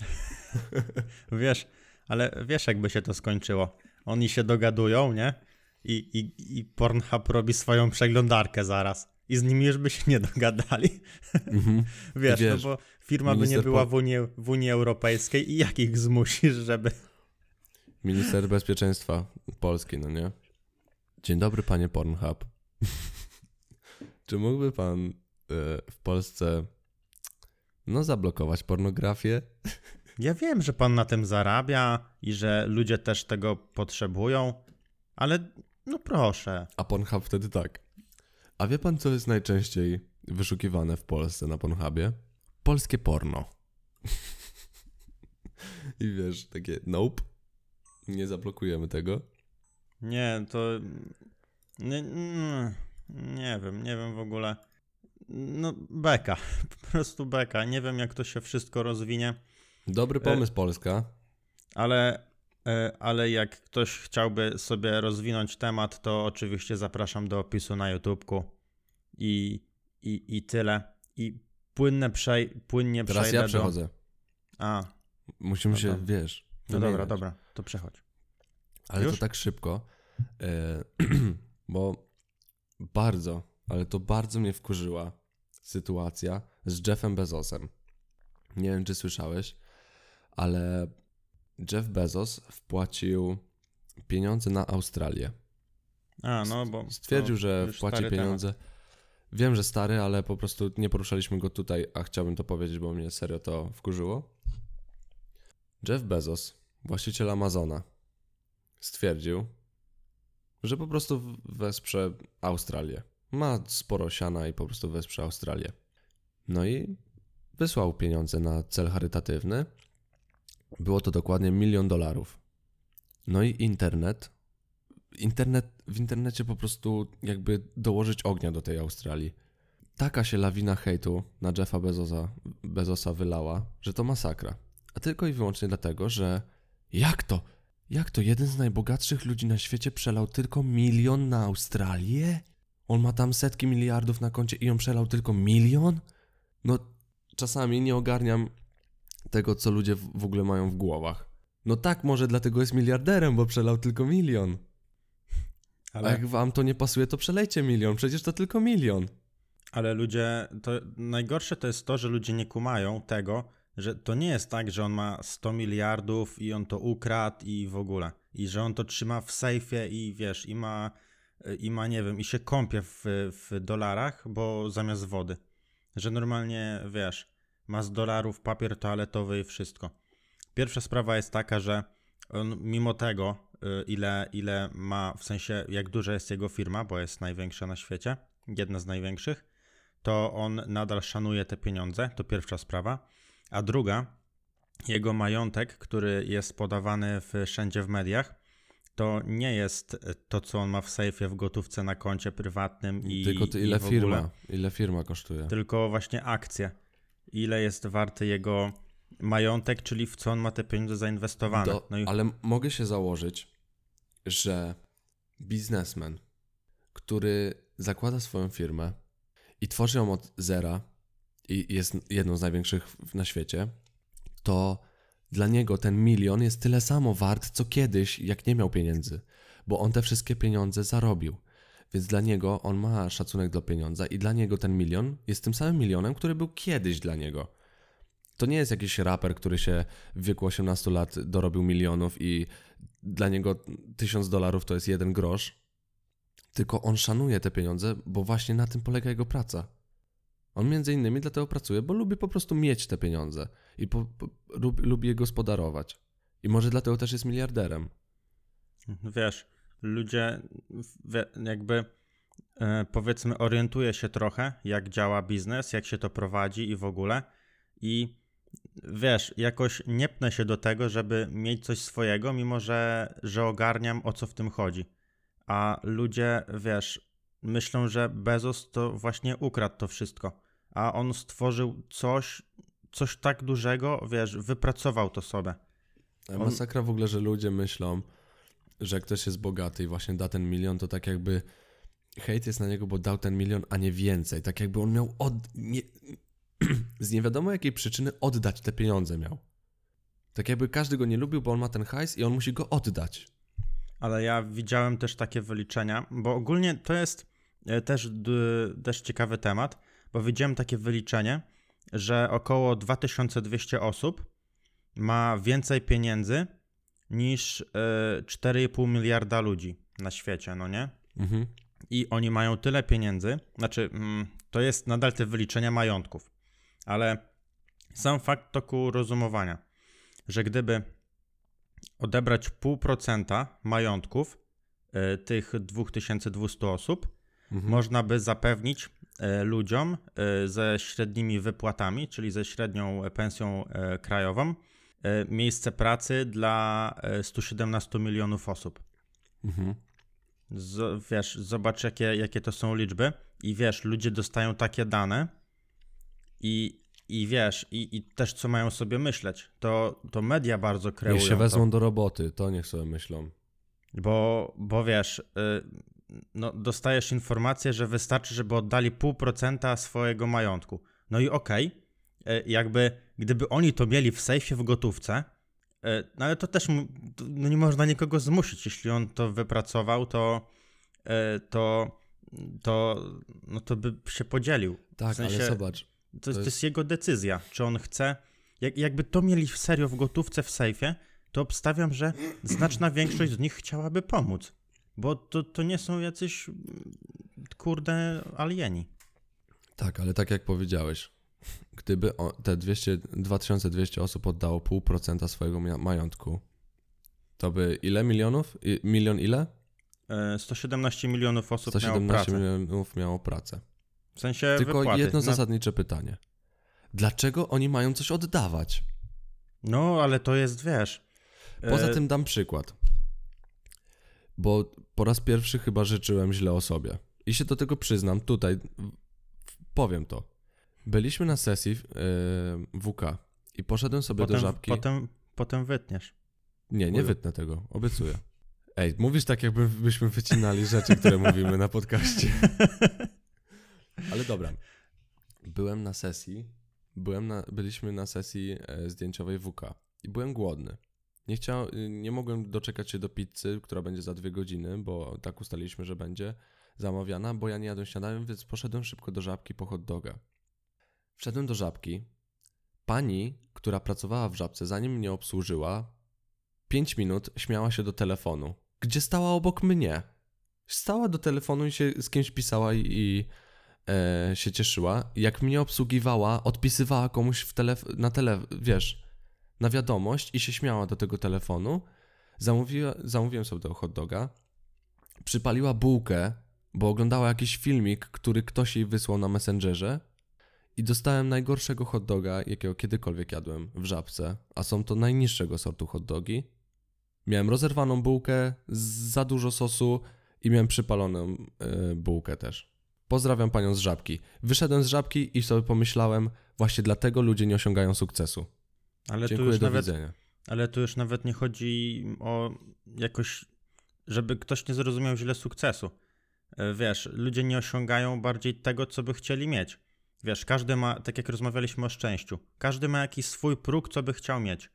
wiesz, ale wiesz jakby się to skończyło. Oni się dogadują, nie? I, i, i Pornhub robi swoją przeglądarkę zaraz. I z nimi już by się nie dogadali. Mhm. Wiesz, wiesz, no bo firma by nie minister była po- w Unii, w Unii Europejskiej i jak ich zmusisz, żeby... Minister bezpieczeństwa Polski, no nie? Dzień dobry, panie Pornhub. Czy mógłby pan w Polsce no zablokować pornografię. Ja wiem, że pan na tym zarabia i że ludzie też tego potrzebują, ale no proszę. A Pornhub wtedy tak. A wie pan, co jest najczęściej wyszukiwane w Polsce na Pornhubie? Polskie porno. I wiesz, takie nope, nie zablokujemy tego. Nie, to... Nie, nie, nie wiem, nie wiem w ogóle. No beka, po prostu beka. Nie wiem, jak to się wszystko rozwinie, Dobry pomysł, Polska. ale, e, ale jak ktoś chciałby sobie rozwinąć temat, to oczywiście zapraszam do opisu na YouTubeku i, i, i tyle. I płynne przej, płynnie Teraz przejdę ja do... przechodzę. A, Musimy No się, dobra. wiesz... no dobra, wymieniać. dobra, to przechodź. Ale Już? to tak szybko, e, bo bardzo, ale to bardzo mnie wkurzyła sytuacja z Jeffem Bezosem. Nie wiem, czy słyszałeś, ale Jeff Bezos wpłacił pieniądze na Australię. A, no bo... Stwierdził, to że już wpłaci stary pieniądze. temat. Wiem, że stary, ale po prostu nie poruszaliśmy go tutaj, a chciałbym to powiedzieć, bo mnie serio to wkurzyło. Jeff Bezos, właściciel Amazona, stwierdził, że po prostu wesprze Australię. Ma sporo siana i po prostu wesprze Australię. No i wysłał pieniądze na cel charytatywny. Było to dokładnie milion dolarów. No i internet. Internet, w internecie po prostu jakby dołożyć ognia do tej Australii. Taka się lawina hejtu na Jeffa Bezosa, Bezosa wylała, że to masakra. A tylko i wyłącznie dlatego, że jak to? Jak to jeden z najbogatszych ludzi na świecie przelał tylko milion na Australię? On ma tam setki miliardów na koncie i on przelał tylko milion? No, czasami nie ogarniam tego, co ludzie w w ogóle mają w głowach. No tak, może dlatego jest miliarderem, bo przelał tylko milion. Ale... A jak wam to nie pasuje, to przelejcie milion, przecież to tylko milion. Ale ludzie, to najgorsze to jest to, że ludzie nie kumają tego, że to nie jest tak, że on ma sto miliardów i on to ukradł i w ogóle. I że on to trzyma w sejfie i wiesz, i ma, i ma nie wiem, i się kąpie w, w dolarach, bo zamiast wody. Że normalnie, wiesz, ma z dolarów papier toaletowy i wszystko. Pierwsza sprawa jest taka, że on mimo tego, ile, ile ma, w sensie jak duża jest jego firma, bo jest największa na świecie, jedna z największych, to on nadal szanuje te pieniądze, to pierwsza sprawa. A druga, jego majątek, który jest podawany wszędzie w mediach, to nie jest to, co on ma w sejfie, w gotówce na koncie prywatnym i Tylko ty, i ile w ogóle, firma, ile firma kosztuje. tylko właśnie akcje. Ile jest warty jego majątek, czyli w co on ma te pieniądze zainwestowane. Do, No i Ale mogę się założyć, że biznesmen, który zakłada swoją firmę i tworzy ją od zera i jest jedną z największych w- na świecie, to dla niego ten milion jest tyle samo wart, co kiedyś, jak nie miał pieniędzy, bo on te wszystkie pieniądze zarobił. Więc dla niego on ma szacunek do pieniądza i dla niego ten milion jest tym samym milionem, który był kiedyś dla niego. To nie jest jakiś raper, który się w wieku osiemnastu lat dorobił milionów i dla niego tysiąc dolarów to jest jeden grosz, tylko on szanuje te pieniądze, bo właśnie na tym polega jego praca. On między innymi dlatego pracuje, bo lubi po prostu mieć te pieniądze i po, po, lubi, lubi je gospodarować. I może dlatego też jest miliarderem. wiesz, ludzie wie, jakby e, powiedzmy orientuje się trochę, jak działa biznes, jak się to prowadzi i w ogóle. I wiesz, jakoś nie pnę się do tego, żeby mieć coś swojego, mimo że, że ogarniam, o co w tym chodzi. A ludzie, wiesz, myślą, że Bezos to właśnie ukradł to wszystko. A on stworzył coś, coś tak dużego, wiesz, wypracował to sobie. Ale On- masakra w ogóle, że ludzie myślą, że jak ktoś jest bogaty i właśnie da ten milion, to tak jakby hejt jest na niego, bo dał ten milion, a nie więcej. Tak jakby on miał od... Nie... z nie wiadomo jakiej przyczyny oddać te pieniądze miał. Tak jakby każdy go nie lubił, bo on ma ten hajs i on musi go oddać. Ale ja widziałem też takie wyliczenia, bo ogólnie to jest e, też, d, też ciekawy temat, bo widziałem takie wyliczenie, że około dwa tysiące dwieście osób ma więcej pieniędzy niż e, cztery i pół miliarda ludzi na świecie, no nie? Mhm. I oni mają tyle pieniędzy, znaczy mm, to jest nadal te wyliczenia majątków. Ale sam fakt toku rozumowania, że gdyby odebrać pół procenta majątków y, tych dwa tysiące dwieście osób, Mhm. można by zapewnić y, ludziom y, ze średnimi wypłatami, czyli ze średnią pensją y, krajową, y, miejsce pracy dla y, sto siedemnaście milionów osób. Mhm. Z, wiesz, zobacz jakie, jakie to są liczby i wiesz, ludzie dostają takie dane i, i wiesz, i, i też co mają sobie myśleć, to, to media bardzo kreują Niech się wezmą to, do roboty, to niech sobie myślą. bo, bo wiesz, y, no, dostajesz informację, że wystarczy, żeby oddali pół procenta swojego majątku. No i okej, okay, jakby gdyby oni to mieli w sejfie w gotówce, y, no ale to też mu- to, no nie można nikogo zmusić, jeśli on to wypracował, to y, to, to, no to by się podzielił. Tak, W sensie, ale zobacz. To, jest, to jest- jest jego decyzja, czy on chce. Jak, jakby to mieli w serio w gotówce w sejfie, to obstawiam, że znaczna większość z nich chciałaby pomóc. Bo to, to nie są jacyś mm, kurde alieni. Tak, ale tak jak powiedziałeś, gdyby o, te dwieście, dwa tysiące dwieście osób oddało pół procenta swojego mia- majątku, to by ile milionów? I, milion ile? E, sto siedemnaście milionów osób sto miało siedemnaście pracę. milionów miało pracę. W sensie Tylko wypłaty. jedno No, zasadnicze pytanie. Dlaczego oni mają coś oddawać? no, ale to jest, wiesz... Poza e, tym dam przykład. Bo po raz pierwszy chyba życzyłem źle o sobie. I się do tego przyznam, tutaj w- powiem to. Byliśmy na sesji yy, W K i poszedłem sobie potem, do żabki. Potem, potem wytniesz. Nie, nie Chuju. wytnę tego, obiecuję. Ej, mówisz tak, jakbyśmy wycinali rzeczy, które mówimy na podcaście. Ale dobra. Byłem na sesji, byłem na, byliśmy na sesji e, zdjęciowej W K i byłem głodny. Nie chciał, y, nie mogłem doczekać się do pizzy, która będzie za dwie godziny, bo tak ustaliliśmy, że będzie zamawiana, bo ja nie jadłem śniadania, więc poszedłem szybko do żabki po hot doga. Wszedłem do żabki. Pani, która pracowała w żabce, zanim mnie obsłużyła, pięć minut śmiała się do telefonu, gdzie stała obok mnie. Stała do telefonu i się z kimś pisała i, i e, się cieszyła. Jak mnie obsługiwała, odpisywała komuś w telef- na tele, wiesz, na wiadomość i się śmiała do tego telefonu. Zamówiła, zamówiłem sobie tego hot doga. Przypaliła bułkę, bo oglądała jakiś filmik, który ktoś jej wysłał na Messengerze. I dostałem najgorszego hot doga, jakiego kiedykolwiek jadłem w żabce, a są to najniższego sortu hot dogi. Miałem rozerwaną bułkę, za dużo sosu i miałem przypaloną yy, bułkę też. Pozdrawiam panią z żabki. Wyszedłem z żabki i sobie pomyślałem, właśnie dlatego ludzie nie osiągają sukcesu. Ale tu Dziękuję, już do nawet, widzenia. ale tu już nawet nie chodzi o jakoś, żeby ktoś nie zrozumiał źle sukcesu. E, Wiesz, ludzie nie osiągają bardziej tego, co by chcieli mieć. Wiesz, każdy ma, tak jak rozmawialiśmy o szczęściu, każdy ma jakiś swój próg, co by chciał mieć.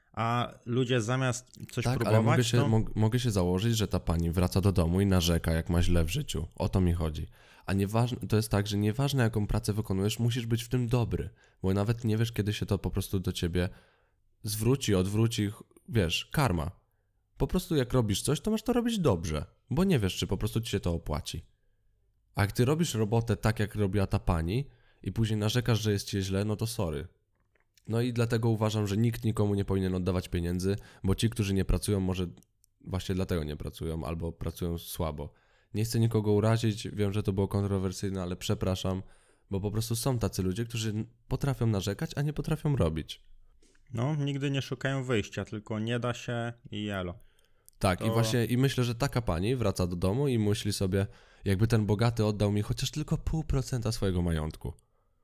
A ludzie zamiast coś Tak, próbować, ale mogę się, to... mog, mogę się założyć, że ta pani wraca do domu i narzeka, jak ma źle w życiu. O to mi chodzi. A nieważne, to jest tak, że nieważne jaką pracę wykonujesz, musisz być w tym dobry. Bo nawet nie wiesz, kiedy się to po prostu do ciebie zwróci, odwróci, ch- wiesz, karma. Po prostu jak robisz coś, to masz to robić dobrze. Bo nie wiesz, czy po prostu ci się to opłaci. A jak ty robisz robotę tak, jak robiła ta pani i później narzekasz, że jest ci źle, no to sorry. No i dlatego uważam, że nikt nikomu nie powinien oddawać pieniędzy, bo ci, którzy nie pracują, może właśnie dlatego nie pracują albo pracują słabo. Nie chcę nikogo urazić, wiem, że to było kontrowersyjne, ale przepraszam, bo po prostu są tacy ludzie, którzy potrafią narzekać, a nie potrafią robić. No, nigdy nie szukają wyjścia, tylko nie da się i jelo. Tak, To- i właśnie i myślę, że taka pani wraca do domu i myśli sobie, jakby ten bogaty oddał mi chociaż tylko pół procenta swojego majątku.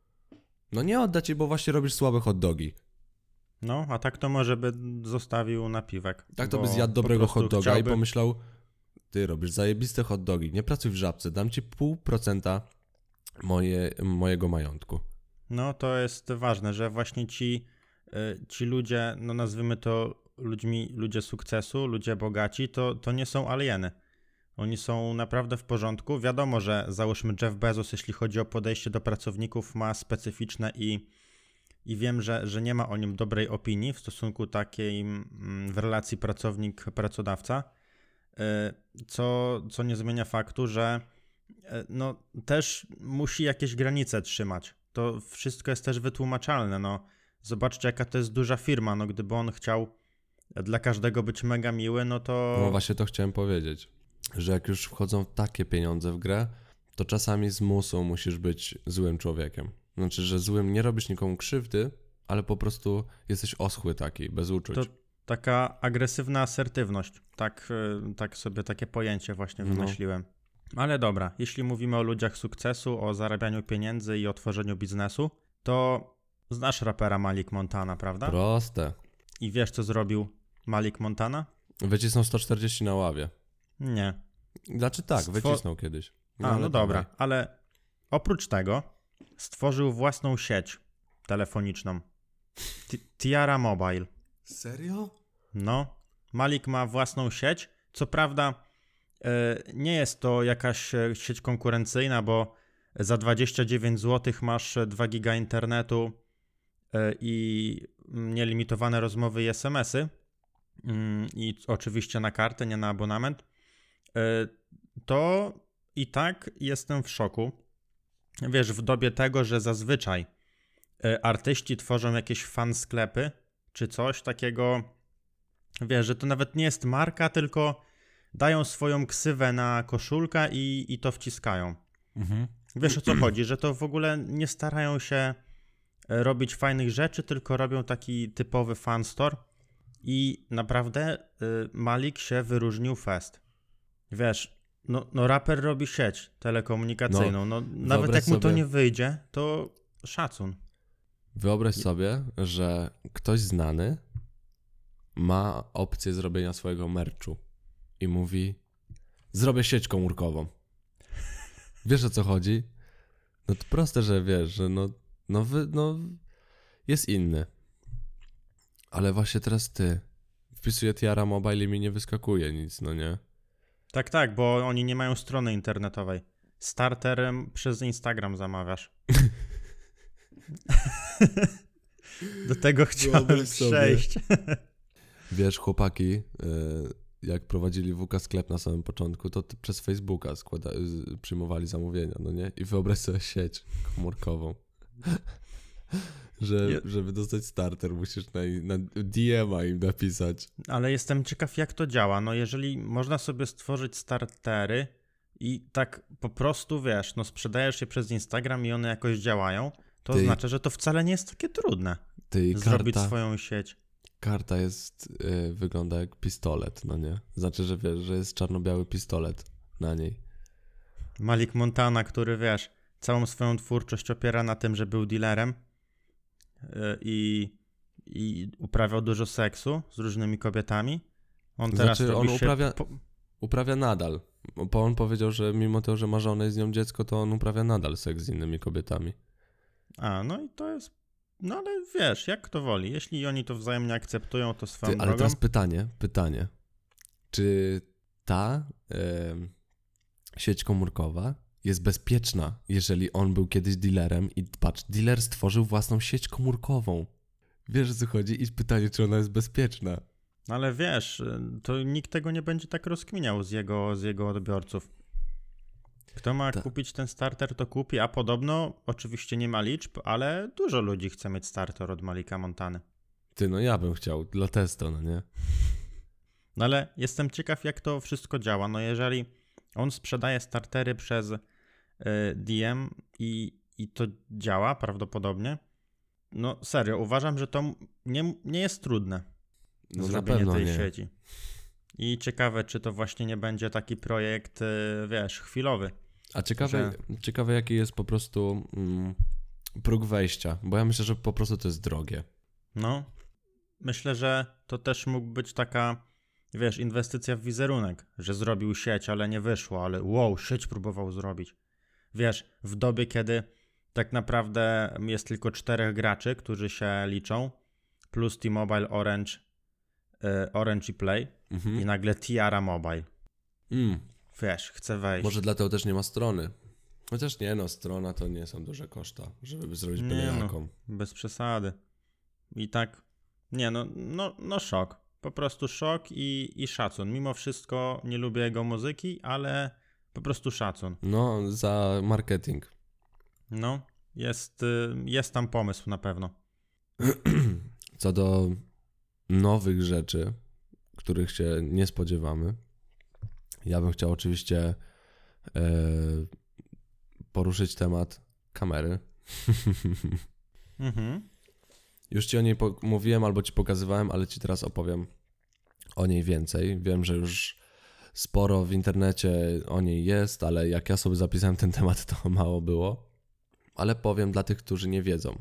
No nie odda ci, bo właśnie robisz słabe hot dogi. No, a tak to może by zostawił napiwek. Tak to bo by zjadł po dobrego prostu hot doga chciałby... i pomyślał, ty robisz zajebiste hot dogi, nie pracuj w żabce, dam ci pół procenta moje, mojego majątku. No, to jest ważne, że właśnie ci, y, ci ludzie, no nazwijmy to ludźmi, ludzie sukcesu, ludzie bogaci, to, to nie są alieny. Oni są naprawdę w porządku. Wiadomo, że załóżmy Jeff Bezos, jeśli chodzi o podejście do pracowników, ma specyficzne i, i wiem, że, że nie ma o nim dobrej opinii w stosunku takiej mm, w relacji pracownik-pracodawca, y, co, co nie zmienia faktu, że e, no też musi jakieś granice trzymać. To wszystko jest też wytłumaczalne, no. Zobaczcie, jaka to jest duża firma, no gdyby on chciał dla każdego być mega miły, no to... No właśnie to chciałem powiedzieć, że jak już wchodzą takie pieniądze w grę, to czasami z musu musisz być złym człowiekiem. Znaczy, że złym nie robisz nikomu krzywdy, ale po prostu jesteś oschły taki, bez uczuć. To taka agresywna asertywność. Tak, y, tak sobie takie pojęcie właśnie No. wymyśliłem. Ale dobra, jeśli mówimy o ludziach sukcesu, o zarabianiu pieniędzy i o tworzeniu biznesu, to znasz rapera Malik Montana, prawda? Proste. I wiesz, co zrobił Malik Montana? Wycisnął sto czterdzieści na ławie. Nie. Znaczy tak, Stwo- wycisnął kiedyś. A, ale no dobra, dawaj. ale oprócz tego stworzył własną sieć telefoniczną. Ti- Tiara Mobile. Serio? No, Malik ma własną sieć. Co prawda e, nie jest to jakaś e, sieć konkurencyjna, bo za dwadzieścia dziewięć złotych masz dwa giga internetu e, i nielimitowane rozmowy i es em esy. Mm, I oczywiście na kartę, nie na abonament. E, To i tak jestem w szoku. Wiesz, w dobie tego, że zazwyczaj e, artyści tworzą jakieś fan sklepy czy coś takiego. Wiesz, że to nawet nie jest marka, tylko dają swoją ksywę na koszulkę i, i to wciskają. Mhm. Wiesz, o co chodzi, że to w ogóle nie starają się e, robić fajnych rzeczy, tylko robią taki typowy fan store i naprawdę y, Malik się wyróżnił fest. Wiesz, no, no raper robi sieć telekomunikacyjną, no, nawet jak mu to sobie- nie wyjdzie, to szacun. Wyobraź sobie, że ktoś znany ma opcję zrobienia swojego merchu i mówi: zrobię sieć komórkową. Wiesz, o co chodzi? No to proste, że wiesz, że no, no, wy, no jest inny. Ale właśnie teraz ty. Wpisuję Tiara Mobile i mi nie wyskakuje nic, no nie? Tak, tak, bo oni nie mają strony internetowej. Starterem przez Instagram zamawiasz. Do tego chciałem Wyobraź sobie. przejść. Wiesz, chłopaki, y, jak prowadzili W K sklep na samym początku, to t- przez Facebooka składa, y, przyjmowali zamówienia, no nie? I wyobraź sobie sieć komórkową. Że, Je- żeby dostać starter, musisz na, na D M a im napisać. Ale jestem ciekaw, jak to działa. No jeżeli można sobie stworzyć startery i tak po prostu, wiesz, no sprzedajesz je przez Instagram i one jakoś działają, to Ty- oznacza, że to wcale nie jest takie trudne. Ty, Zrobić karta, swoją sieć. karta jest, y, wygląda jak pistolet, no nie? Znaczy, że wiesz, że jest czarno-biały pistolet na niej. Malik Montana, który, wiesz, całą swoją twórczość opiera na tym, że był dealerem yy, i, i uprawiał dużo seksu z różnymi kobietami. On teraz Znaczy, robi on się... uprawia- Po... Uprawia nadal. Bo on powiedział, że mimo tego, że ma żonę i z nią dziecko, to on uprawia nadal seks z innymi kobietami. A, no i to jest... No ale wiesz, jak kto woli. Jeśli oni to wzajemnie akceptują, to swoją Ty, ale drogą. teraz pytanie, pytanie. Czy ta em, sieć komórkowa jest bezpieczna, jeżeli on był kiedyś dealerem i patrz, dealer stworzył własną sieć komórkową? Wiesz, o co chodzi? I pytanie, czy ona jest bezpieczna? No ale wiesz, to nikt tego nie będzie tak rozkminiał z jego, z jego odbiorców. Kto ma Ta- kupić ten starter, to kupi, a podobno, oczywiście nie ma liczb, ale dużo ludzi chce mieć starter od Malika Montany. Ty, no ja bym chciał, dla testu, no nie? No ale jestem ciekaw, jak to wszystko działa. No jeżeli on sprzedaje startery przez y, D M i, i to działa prawdopodobnie, no serio, uważam, że to m- nie, nie jest trudne. No na Zrobienie pewno tej nie. sieci. I ciekawe, czy to właśnie nie będzie taki projekt, y, wiesz, chwilowy. A ciekawe, ciekawe jaki jest po prostu mm, próg wejścia, bo ja myślę, że po prostu to jest drogie. No, myślę, że to też mógł być taka, wiesz, inwestycja w wizerunek, że zrobił sieć, ale nie wyszło, ale wow, sieć próbował zrobić. Wiesz, w dobie, kiedy tak naprawdę jest tylko czterech graczy, którzy się liczą, plus T-Mobile, Orange, y, Orange i Play Mhm. i nagle Tiara Mobile. Mm. Wiesz, chce wejść. Może dlatego też nie ma strony. Chociaż nie no, strona to nie są duże koszta, żeby zrobić byle Nie no. jaką. Bez przesady. I tak, nie no, no, no szok. Po prostu szok i, i szacun. Mimo wszystko nie lubię jego muzyki, ale Po prostu szacun. No, za marketing. No, jest, y, jest tam pomysł na pewno. Co do nowych rzeczy, których się nie spodziewamy, ja bym chciał oczywiście e, poruszyć temat kamery. Mhm. Już ci o niej po- mówiłem albo ci pokazywałem, ale ci teraz opowiem o niej więcej. Wiem, że już sporo w internecie o niej jest, ale jak ja sobie zapisałem ten temat, to mało było. Ale powiem dla tych, którzy nie wiedzą.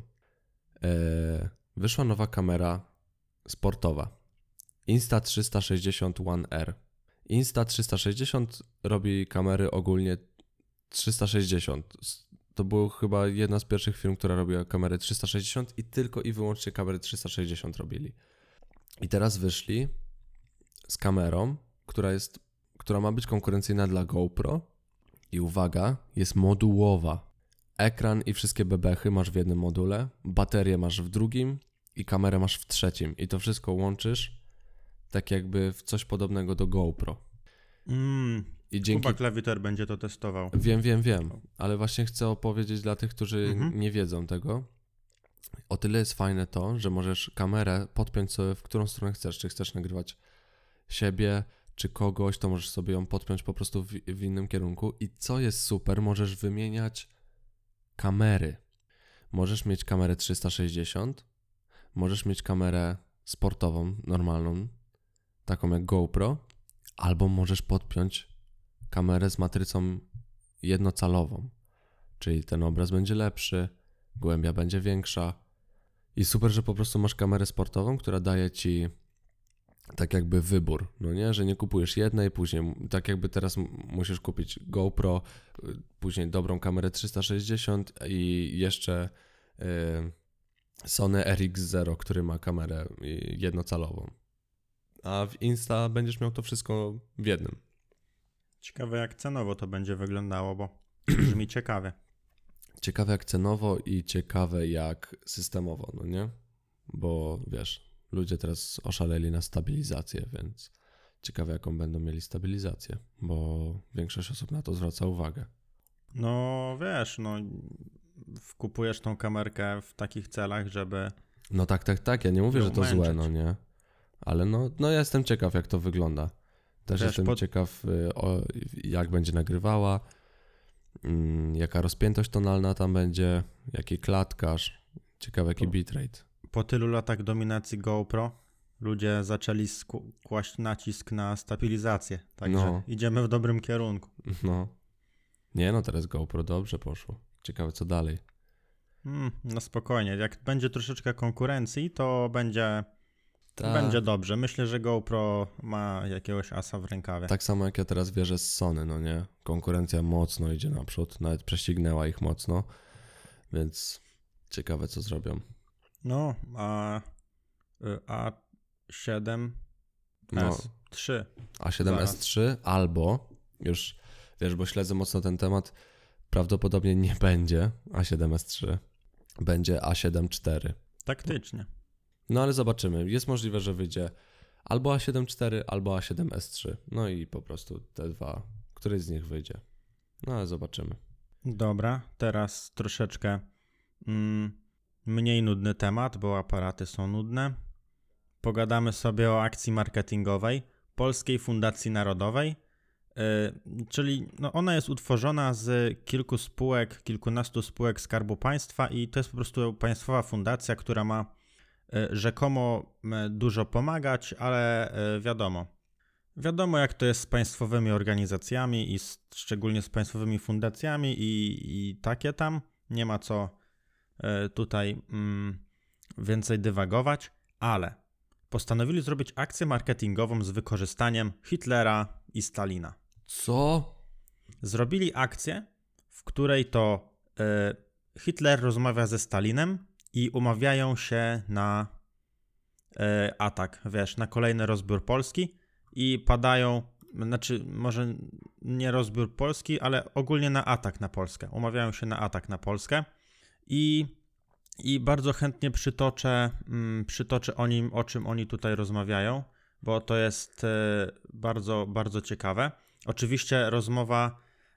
E, wyszła nowa kamera sportowa. Insta trzysta sześćdziesiąt One R. Insta trzysta sześćdziesiąt robi kamery ogólnie trzysta sześćdziesiąt. To była chyba jedna z pierwszych firm, która robiła kamery trzysta sześćdziesiąt i tylko i wyłącznie kamery trzysta sześćdziesiąt robili. I teraz wyszli z kamerą, która jest, która ma być konkurencyjna dla GoPro i uwaga, jest modułowa. Ekran i wszystkie bebechy masz w jednym module, baterię masz w drugim i kamerę masz w trzecim. I to wszystko łączysz tak jakby w coś podobnego do GoPro. Mm, I dzięki... Kuba Klewiter będzie to testował. Wiem, wiem, wiem, ale właśnie chcę opowiedzieć dla tych, którzy Mhm. nie wiedzą tego. O tyle jest fajne to, że możesz kamerę podpiąć sobie w którą stronę chcesz. Czy chcesz nagrywać siebie, czy kogoś, to możesz sobie ją podpiąć po prostu w, w innym kierunku. I co jest super, możesz wymieniać kamery. Możesz mieć kamerę trzysta sześćdziesiąt, możesz mieć kamerę sportową, normalną, taką jak GoPro, albo możesz podpiąć kamerę z matrycą jednocalową, czyli ten obraz będzie lepszy, głębia będzie większa i super, że po prostu masz kamerę sportową, która daje ci tak jakby wybór, no nie, że nie kupujesz jednej, później tak jakby teraz m- musisz kupić GoPro, y, później dobrą kamerę trzysta sześćdziesiąt i jeszcze y, Sony R X zero, który ma kamerę y, jednocalową. A w Insta będziesz miał to wszystko w jednym. Ciekawe jak cenowo to będzie wyglądało, bo brzmi ciekawie. Ciekawe jak cenowo i ciekawe jak systemowo, no nie? Bo wiesz, ludzie teraz oszaleli na stabilizację, więc ciekawe jaką będą mieli stabilizację, bo większość osób na to zwraca uwagę. No wiesz, no kupujesz tą kamerkę w takich celach, żeby... No tak, tak, tak, ja nie mówię, że to Ją złe, męczyć. no nie? Ale no, no ja jestem ciekaw jak to wygląda. Też Wiesz, jestem pod- ciekaw y, o, jak będzie nagrywała, mm, jaka rozpiętość tonalna tam będzie, jaki klatkarz, ciekawe jaki Po- bitrate. Po tylu latach dominacji GoPro ludzie zaczęli sku- kłaść nacisk na stabilizację, także No. idziemy w dobrym kierunku. No. Nie no, teraz GoPro dobrze poszło. Ciekawe co dalej. Mm, no spokojnie, jak będzie troszeczkę konkurencji, to będzie, Tak. będzie dobrze. Myślę, że GoPro ma jakiegoś asa w rękawie. Tak samo jak ja teraz wierzę z Sony, no nie? Konkurencja mocno idzie naprzód, nawet prześcignęła ich mocno, więc ciekawe co zrobią. No, a y, A siedem No, S trzy. A siedem S trzy albo, już wiesz, bo śledzę mocno ten temat, prawdopodobnie nie będzie A siedem S trzy, będzie A siedem cztery. Taktycznie. No ale zobaczymy, jest możliwe, że wyjdzie albo A siedem cztery, albo A siedem S trzy. No i po prostu te dwa, któryś z nich wyjdzie. No ale zobaczymy. Dobra, teraz troszeczkę mm, mniej nudny temat, bo aparaty są nudne. Pogadamy sobie o akcji marketingowej Polskiej Fundacji Narodowej, yy, czyli no ona jest utworzona z kilku spółek, kilkunastu spółek Skarbu Państwa i to jest po prostu państwowa fundacja, która ma yy, rzekomo yy, dużo pomagać, ale yy, wiadomo, wiadomo jak to jest z państwowymi organizacjami i z, szczególnie z państwowymi fundacjami i, i takie tam, nie ma co yy, tutaj yy, więcej dywagować, ale postanowili zrobić akcję marketingową z wykorzystaniem Hitlera i Stalina. Co? Zrobili akcję, w której to y, Hitler rozmawia ze Stalinem i umawiają się na y, atak, wiesz, na kolejny rozbiór Polski i padają, znaczy może nie rozbiór Polski, ale ogólnie na atak na Polskę. Umawiają się na atak na Polskę i I bardzo chętnie przytoczę, mm, przytoczę o nim, o czym oni tutaj rozmawiają, bo to jest e, bardzo, bardzo ciekawe. Oczywiście rozmowa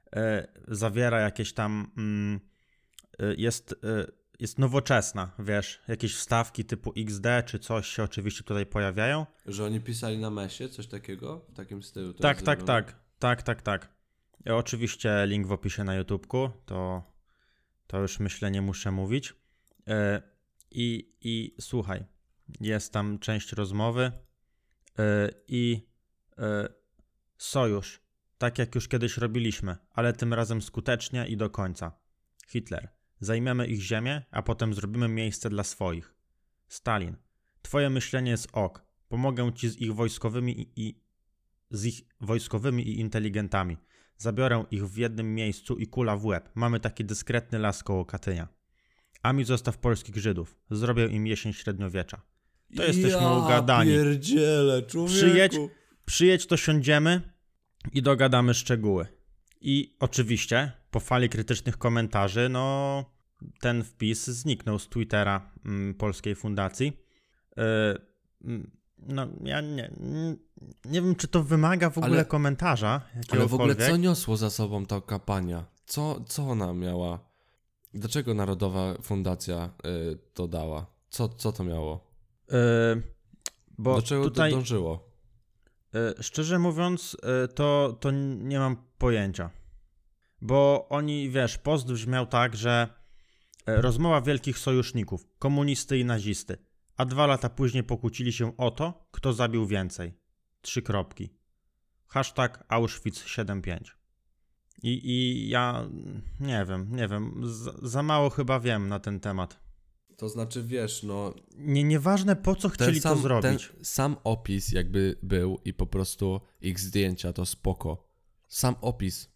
e, zawiera jakieś tam, mm, e, jest, e, jest nowoczesna, wiesz, jakieś wstawki typu X D czy coś się oczywiście tutaj pojawiają. Że oni pisali na mesie coś takiego? W takim stylu to Tak, jest tak, zrobione? tak, tak, tak, tak. E, oczywiście link w opisie na YouTubeku, to, to już myślę nie muszę mówić. E, i, I słuchaj, jest tam część rozmowy e, i e, sojusz, tak jak już kiedyś robiliśmy, ale tym razem skutecznie i do końca. Hitler. Zajmiemy ich ziemię, a potem zrobimy miejsce dla swoich. Stalin. Twoje myślenie jest ok. Pomogę ci z ich wojskowymi i, i z ich wojskowymi i inteligentami. Zabiorę ich w jednym miejscu i kula w łeb. Mamy taki dyskretny las koło Katynia. A mi zostaw polskich Żydów. Zrobię im jesień średniowiecza. To jesteśmy ja ugadani. pierdziele, człowieku. Przyjedź, przyjedź, to siądziemy i dogadamy szczegóły. I oczywiście po fali krytycznych komentarzy, no ten wpis zniknął z Twittera mm, Polskiej Fundacji. Yy, mm, no ja nie, nie wiem, czy to wymaga w ogóle Ale- komentarza Ale w jakiegokolwiek. ogóle co niosło za sobą ta kampania? Co, co ona miała? Dlaczego Narodowa Fundacja y, to dała? Co, co to miało? Yy, bo Do czego tutaj to dążyło? yy, szczerze mówiąc, yy, to, to nie mam pojęcia. Bo oni, wiesz, post brzmiał tak, że e, rozmowa wielkich sojuszników, komunisty i nazisty, a dwa lata później pokłócili się o to, kto zabił więcej. Trzy kropki. Hashtag Auschwitz siedemdziesiąt pięć. I, I ja nie wiem, nie wiem, za, za mało chyba wiem na ten temat. To znaczy, wiesz, no... Nie, nieważne po co Ten chcieli sam, to zrobić. Ten sam opis jakby był i po prostu ich zdjęcia, to spoko. Sam opis.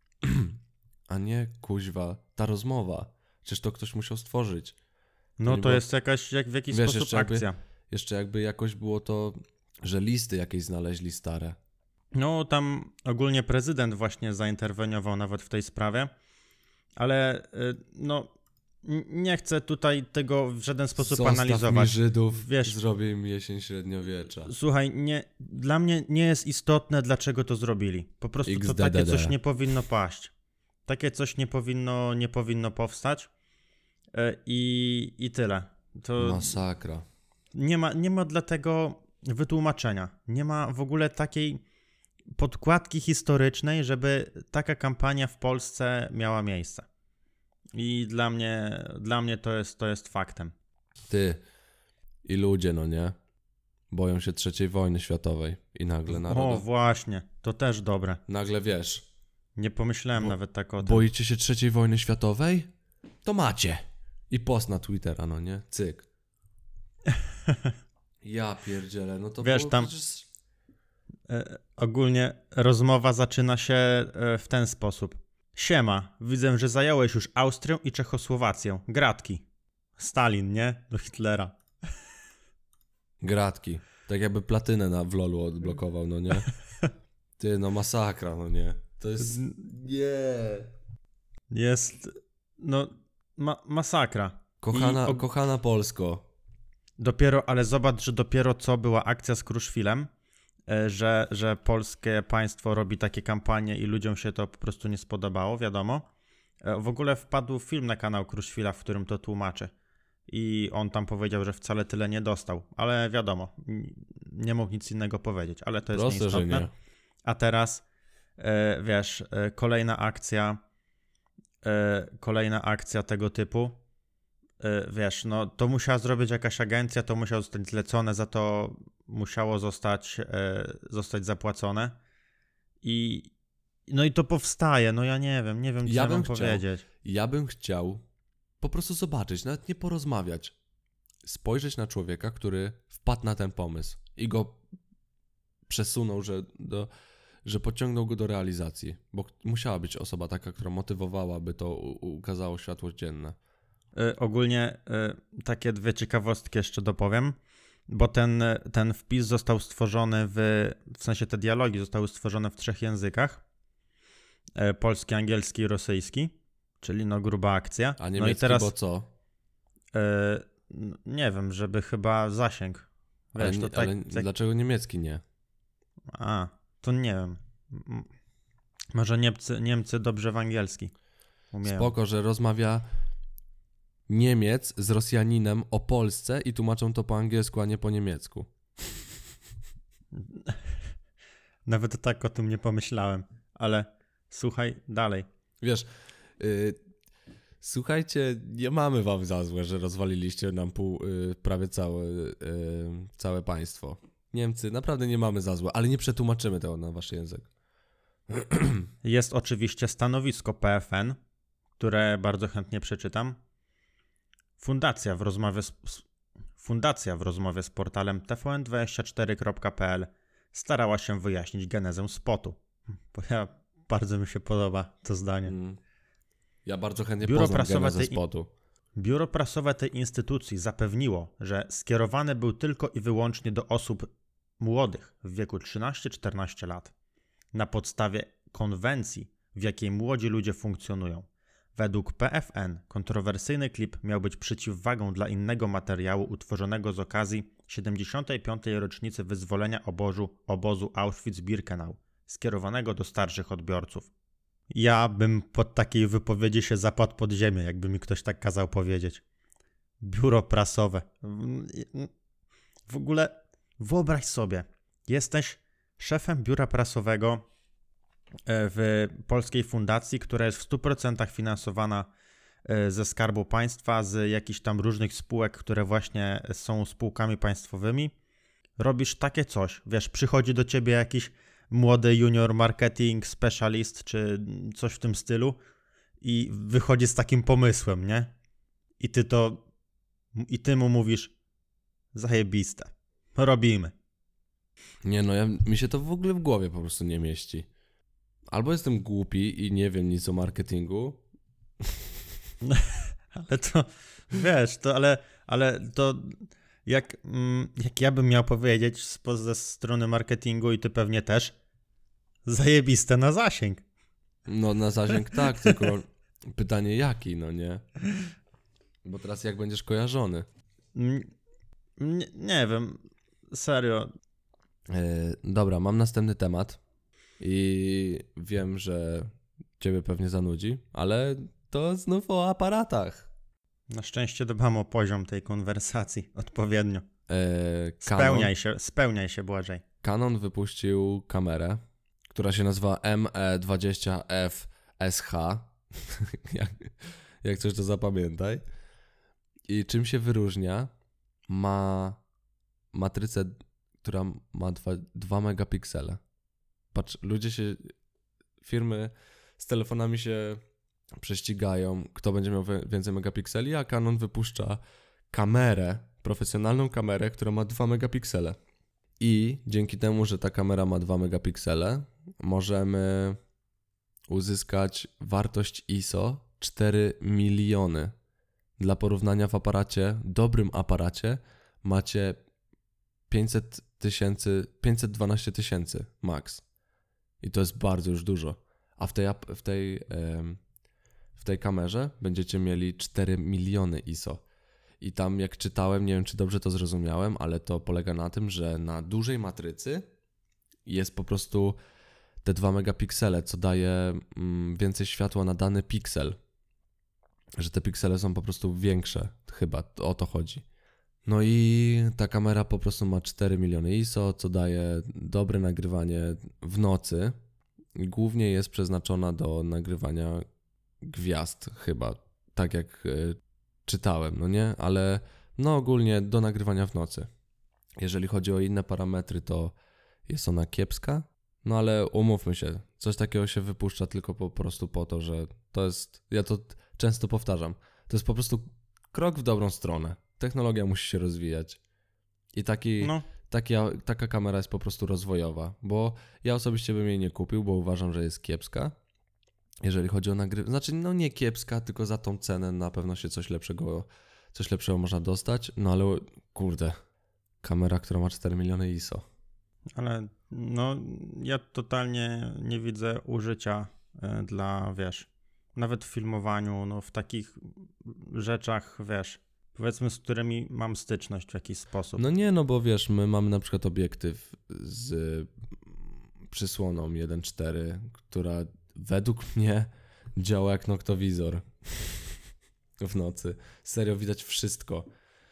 A nie, kuźwa, ta rozmowa. Przecież to ktoś musiał stworzyć. No nie to było- jest jakaś, jak w jakiś Wiesz, sposób jeszcze jakby- akcja. Jeszcze jakby jakoś było to, że listy jakieś znaleźli stare. No, tam ogólnie prezydent właśnie zainterweniował nawet w tej sprawie, ale y, no n- nie chcę tutaj tego w żaden sposób Zostaw analizować. mi Żydów, Wiesz- zrobię im jesień średniowiecza. Słuchaj, nie, dla mnie nie jest istotne, dlaczego to zrobili. Po prostu to X D D takie D. coś nie powinno paść. Takie coś nie powinno, nie powinno powstać y, i, i tyle. To Masakra. nie ma, nie ma dlatego wytłumaczenia. Nie ma w ogóle takiej podkładki historycznej, żeby taka kampania w Polsce miała miejsce. I dla mnie, dla mnie to jest, to jest faktem. Ty i ludzie, no nie? Boją się trzeciej wojny światowej i nagle O, narodowa. właśnie, to też dobre. Nagle wiesz, Nie pomyślałem Bo- nawet tak o tym. boicie się trzeciej wojny światowej? To macie. I post na Twittera, no nie? Cyk. Ja pierdzielę, no to Wiesz, było tam- przecież... E, ogólnie rozmowa zaczyna się e, w ten sposób. Siema, widzę, że zająłeś już Austrię i Czechosłowację. Gratki. Stalin, nie? Do Hitlera. Gratki. Tak jakby platynę na, w lolu odblokował, no nie? Ty, no masakra, no nie? To jest... Nie. Jest, no, ma masakra. Kochana, I og- kochana Polsko. Dopiero, ale zobacz, że dopiero co była akcja z Kruszwilem, e, że, że polskie państwo robi takie kampanie i ludziom się to po prostu nie spodobało, wiadomo. E, W ogóle wpadł film na kanał Kruszwila, w którym to tłumaczy. I on tam powiedział, że wcale tyle nie dostał, ale wiadomo, n- nie mógł nic innego powiedzieć, ale to jest Proste, że nieistotne. nie. A teraz, e, wiesz, e, kolejna akcja, e, kolejna akcja tego typu. E, wiesz, no to musiała zrobić jakaś agencja, to musiało zostać zlecone, za to musiało zostać, e, zostać zapłacone. I no i to powstaje, no ja nie wiem, nie wiem, co Ja ja bym mam chciał. powiedzieć. Ja bym chciał po prostu zobaczyć, nawet nie porozmawiać. Spojrzeć na człowieka, który wpadł na ten pomysł i go przesunął, że, do, że pociągnął go do realizacji. Bo musiała być osoba taka, która motywowałaby to, u, ukazało światło dzienne. Y, ogólnie y, takie dwie ciekawostki jeszcze dopowiem, bo ten, ten wpis został stworzony w, w sensie te dialogi zostały stworzone w trzech językach. Y, polski, angielski i rosyjski, czyli no gruba akcja. A niemiecki, no i teraz, bo co? y, n- nie wiem, żeby chyba zasięg. Ale, Wiesz, to nie- tak, ale tak dlaczego niemiecki nie? a, to nie wiem. M- Może Niemcy, Niemcy dobrze w angielski umieją. Spoko, że rozmawia Niemiec z Rosjaninem o Polsce i tłumaczą to po angielsku, a nie po niemiecku. Nawet tak o tym nie pomyślałem, ale słuchaj dalej. Wiesz, yy, słuchajcie, nie mamy wam za złe, że rozwaliliście nam pół, yy, prawie całe, yy, całe państwo. Niemcy, naprawdę nie mamy za złe, ale nie przetłumaczymy tego na wasz język. Jest oczywiście stanowisko P F N, które bardzo chętnie przeczytam. Fundacja w rozmowie z, fundacja w rozmowie z portalem T V N dwadzieścia cztery kropka p l starała się wyjaśnić genezę spotu. Bo ja, bardzo mi się podoba to zdanie. Mm. Ja bardzo chętnie Biuro poznam prasowe genezę tej- spotu. Biuro prasowe tej instytucji zapewniło, że skierowany był tylko i wyłącznie do osób młodych w wieku trzynaście czternaście lat. Na podstawie konwencji, w jakiej młodzi ludzie funkcjonują. Według P F N kontrowersyjny klip miał być przeciwwagą dla innego materiału utworzonego z okazji siedemdziesiątej piątej rocznicy wyzwolenia obozu, obozu Auschwitz-Birkenau, skierowanego do starszych odbiorców. Ja bym pod takiej wypowiedzi się zapadł pod ziemię, jakby mi ktoś tak kazał powiedzieć. Biuro prasowe. W ogóle wyobraź sobie, jesteś szefem biura prasowego w polskiej fundacji, która jest w stu procentach finansowana ze Skarbu Państwa, z jakichś tam różnych spółek, które właśnie są spółkami państwowymi. Robisz takie coś, wiesz, przychodzi do ciebie jakiś młody junior marketing specialist, czy coś w tym stylu i wychodzi z takim pomysłem, nie? I ty to, i ty mu mówisz, zajebiste, robimy. Nie no, ja, mi się to w ogóle w głowie po prostu nie mieści. Albo jestem głupi i nie wiem nic o marketingu. Ale to, wiesz, to, ale, ale to jak, mm, jak ja bym miał powiedzieć spo, ze strony marketingu i ty pewnie też, zajebiste na zasięg. No na zasięg tak, tylko pytanie jaki, no nie? Bo teraz jak będziesz kojarzony? Mm, Nie, nie wiem, serio. Yy, dobra, mam następny temat i wiem, że ciebie pewnie zanudzi, ale to znów o aparatach. Na szczęście dbam o poziom tej konwersacji odpowiednio. Yy, Canon, Spełniaj się, spełniaj się, Błażej. Canon wypuścił kamerę, która się nazywa M E dwadzieścia F S H. jak, jak coś to zapamiętaj. I czym się wyróżnia? Ma matrycę, która ma dwa megapiksele. Patrz, ludzie się, firmy z telefonami się prześcigają, kto będzie miał więcej megapikseli, a Canon wypuszcza kamerę, profesjonalną kamerę, która ma dwa megapiksele. I dzięki temu, że ta kamera ma dwa megapiksele, możemy uzyskać wartość I S O cztery miliony. Dla porównania w aparacie, dobrym aparacie, macie pięćset tysięcy, pięćset dwanaście tysięcy max. I to jest bardzo już dużo. A w tej, w tej, w tej kamerze będziecie mieli cztery miliony I S O. I tam jak czytałem, nie wiem czy dobrze to zrozumiałem, ale to polega na tym, że na dużej matrycy jest po prostu te dwa megapiksele, co daje więcej światła na dany piksel. Że te piksele są po prostu większe, chyba o to chodzi. No i ta kamera po prostu ma cztery miliony I S O, co daje dobre nagrywanie w nocy. Głównie jest przeznaczona do nagrywania gwiazd chyba, tak jak y, czytałem, no nie? Ale no ogólnie do nagrywania w nocy. Jeżeli chodzi o inne parametry, to jest ona kiepska, no ale umówmy się, coś takiego się wypuszcza tylko po prostu po to, że to jest, ja to często powtarzam, to jest po prostu krok w dobrą stronę. Technologia musi się rozwijać. I taki, No. taki, taka kamera jest po prostu rozwojowa, bo ja osobiście bym jej nie kupił, bo uważam, że jest kiepska. Jeżeli chodzi o nagrywanie, znaczy no nie kiepska, tylko za tą cenę na pewno się coś lepszego, coś lepszego można dostać, no ale kurde, kamera, która ma cztery miliony I S O. Ale no ja totalnie nie widzę użycia y, dla, wiesz, nawet w filmowaniu, no w takich rzeczach, wiesz, powiedzmy, z którymi mam styczność w jakiś sposób. No nie, no bo wiesz, my mamy na przykład obiektyw z przysłoną jeden cztery, która według mnie działa jak noktowizor w nocy. Serio, widać wszystko.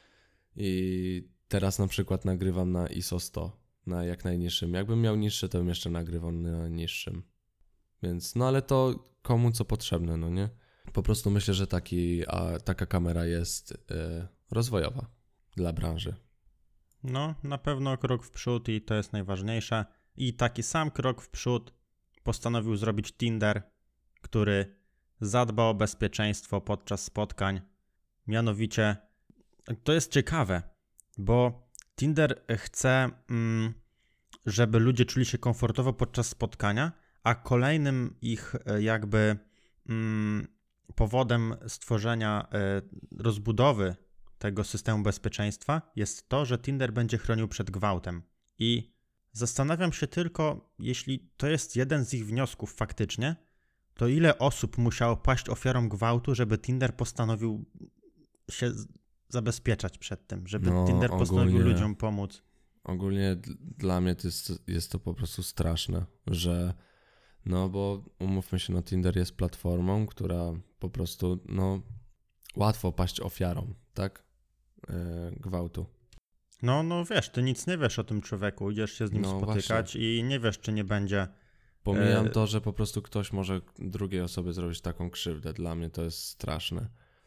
I teraz na przykład nagrywam na I S O sto, na jak najniższym. Jakbym miał niższe, to bym jeszcze nagrywał na niższym. Więc, no ale to komu co potrzebne, no nie? Po prostu myślę, że taki, a, taka kamera jest y, rozwojowa dla branży. No, na pewno krok w przód i to jest najważniejsze. I taki sam krok w przód postanowił zrobić Tinder, który zadba o bezpieczeństwo podczas spotkań. Mianowicie, to jest ciekawe, bo Tinder chce, mm, żeby ludzie czuli się komfortowo podczas spotkania, a kolejnym ich e, jakby mm, powodem stworzenia e, rozbudowy tego systemu bezpieczeństwa jest to, że Tinder będzie chronił przed gwałtem. I zastanawiam się tylko, jeśli to jest jeden z ich wniosków faktycznie, to ile osób musiało paść ofiarą gwałtu, żeby Tinder postanowił się z- zabezpieczać przed tym, żeby No, Tinder postanowił ogólnie- ludziom pomóc. Ogólnie d- dla mnie to jest, jest to po prostu straszne, że no bo umówmy się, no Tinder jest platformą, która po prostu, no łatwo paść ofiarą, tak? Yy, gwałtu. No, no wiesz, ty nic nie wiesz o tym człowieku, idziesz się z nim No spotykać i nie wiesz, czy nie będzie. Pomijam E, to, że po prostu ktoś może drugiej osobie zrobić taką krzywdę. Dla mnie to jest straszne.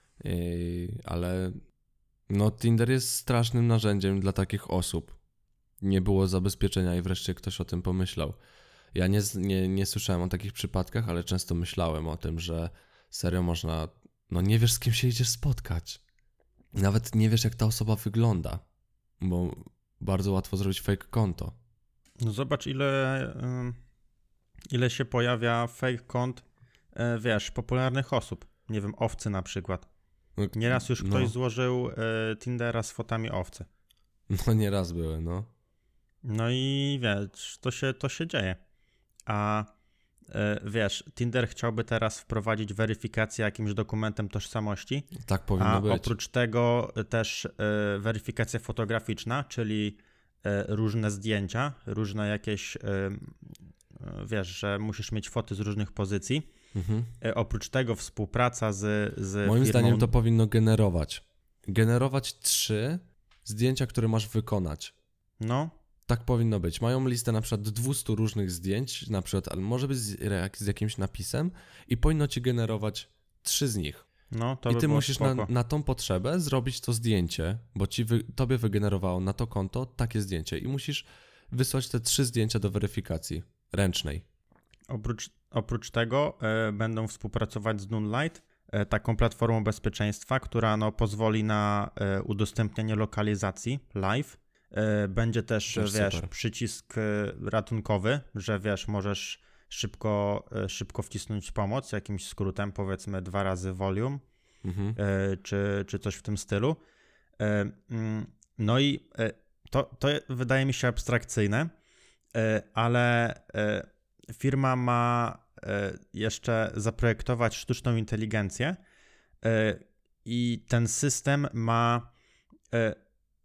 I, ale no Tinder jest strasznym narzędziem dla takich osób. Nie było zabezpieczenia i wreszcie ktoś o tym pomyślał. Ja nie, z- nie, nie słyszałem o takich przypadkach, ale często myślałem o tym, że serio można, no nie wiesz z kim się idziesz spotkać. Nawet nie wiesz jak ta osoba wygląda, bo bardzo łatwo zrobić fake konto. No zobacz, ile, ym, ile się pojawia fake kont, e, wiesz, popularnych osób. Nie wiem, owcy na przykład. No, Nieraz już no. ktoś złożył e, Tindera z fotami owcy. No nieraz były, no. No i wiesz, to się, to się dzieje. A e, wiesz, Tinder chciałby teraz wprowadzić weryfikację jakimś dokumentem tożsamości, Tak powinno a być. oprócz tego też e, weryfikacja fotograficzna, czyli e, różne zdjęcia, różne jakieś, e, e, wiesz, że musisz mieć foty z różnych pozycji. Mhm. E, oprócz tego współpraca z, z Moim firmą... zdaniem to powinno generować. Generować trzy zdjęcia, które masz wykonać. No, Tak powinno być. Mają listę na przykład dwieście różnych zdjęć, na przykład, ale może być z, jak- z jakimś napisem i powinno ci generować trzy z nich. no, to I by ty było musisz na, spoko. na tą potrzebę zrobić to zdjęcie, bo ci wy, tobie wygenerowało na to konto takie zdjęcie i musisz wysłać te trzy zdjęcia do weryfikacji ręcznej. Oprócz, oprócz tego e, będą współpracować z Noonlight, e, taką platformą bezpieczeństwa, która no, pozwoli na e, udostępnianie lokalizacji live. E, będzie też, Też wiesz, super. przycisk e, ratunkowy, że wiesz, możesz szybko, e, szybko wcisnąć pomoc jakimś skrótem, powiedzmy dwa razy volume, Mhm. e, czy, czy coś w tym stylu. E, mm, no i e, to, to wydaje mi się abstrakcyjne, e, ale e, firma ma e, jeszcze zaprojektować sztuczną inteligencję e, i ten system ma e,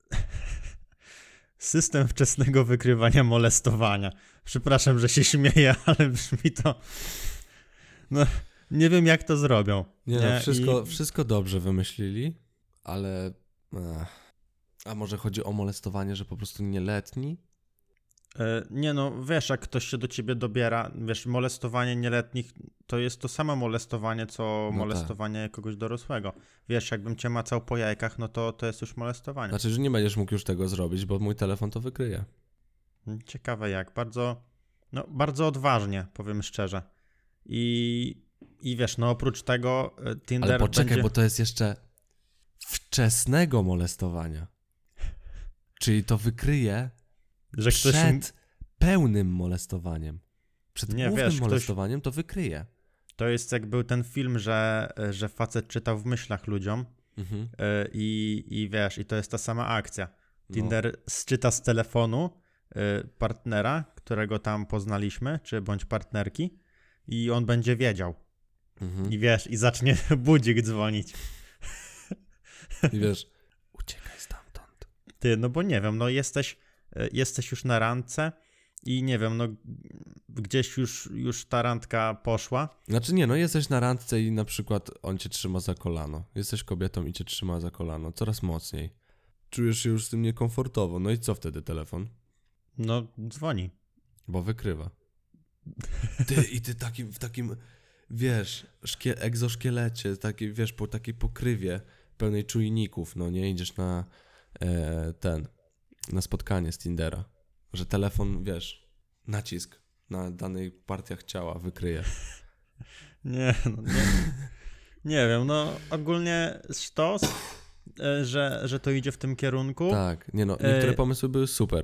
system wczesnego wykrywania molestowania. Przepraszam, że się śmieję, ale brzmi to... No, nie wiem jak to zrobią. Nie, no, wszystko, I- wszystko dobrze wymyślili, ale... Ech. A może chodzi o molestowanie, że po prostu nieletni? E, Nie no, wiesz, jak ktoś się do ciebie dobiera, wiesz, molestowanie nieletnich to jest to samo molestowanie, co tak. molestowanie kogoś dorosłego. Wiesz, jakbym cię macał po jajkach, no to to jest już molestowanie. Znaczy, że nie będziesz mógł już tego zrobić, bo mój telefon to wykryje. Ciekawe jak, bardzo, no bardzo odważnie, powiem szczerze. I, i wiesz, no oprócz tego e, Tinder Ale poczekaj, będzie... bo to jest jeszcze wczesnego molestowania. Czyli to wykryje że ktoś... przed pełnym molestowaniem. Przed Nie, głównym wiesz, ktoś- molestowaniem to wykryje. To jest jak był ten film, że, że facet czytał w myślach ludziom Mhm. e, i, i wiesz, i to jest ta sama akcja. No. Tinder zczyta z telefonu y, partnera, którego tam poznaliśmy, czy bądź partnerki i on będzie wiedział. Mhm. I wiesz, i zacznie budzik dzwonić. I wiesz, uciekaj stamtąd. Ty, no bo nie wiem, no jesteś, y, jesteś już na randce i nie wiem, no gdzieś już, już ta randka poszła. Znaczy nie, no jesteś na randce i na przykład on cię trzyma za kolano. Jesteś kobietą i cię trzyma za kolano coraz mocniej. Czujesz się już z tym niekomfortowo. No i co wtedy telefon? No, dzwoni. Bo wykrywa. Ty i ty takim, w takim, wiesz, szkie, egzoszkielecie, taki, wiesz, po takiej pokrywie pełnej czujników, no nie? Idziesz na e, ten, na spotkanie z Tindera, że telefon, wiesz, nacisk na danych partiach ciała wykryje. Nie, no nie. Nie wiem, no ogólnie sztos, e, że, że to idzie w tym kierunku. Tak, nie no, niektóre E, pomysły były super.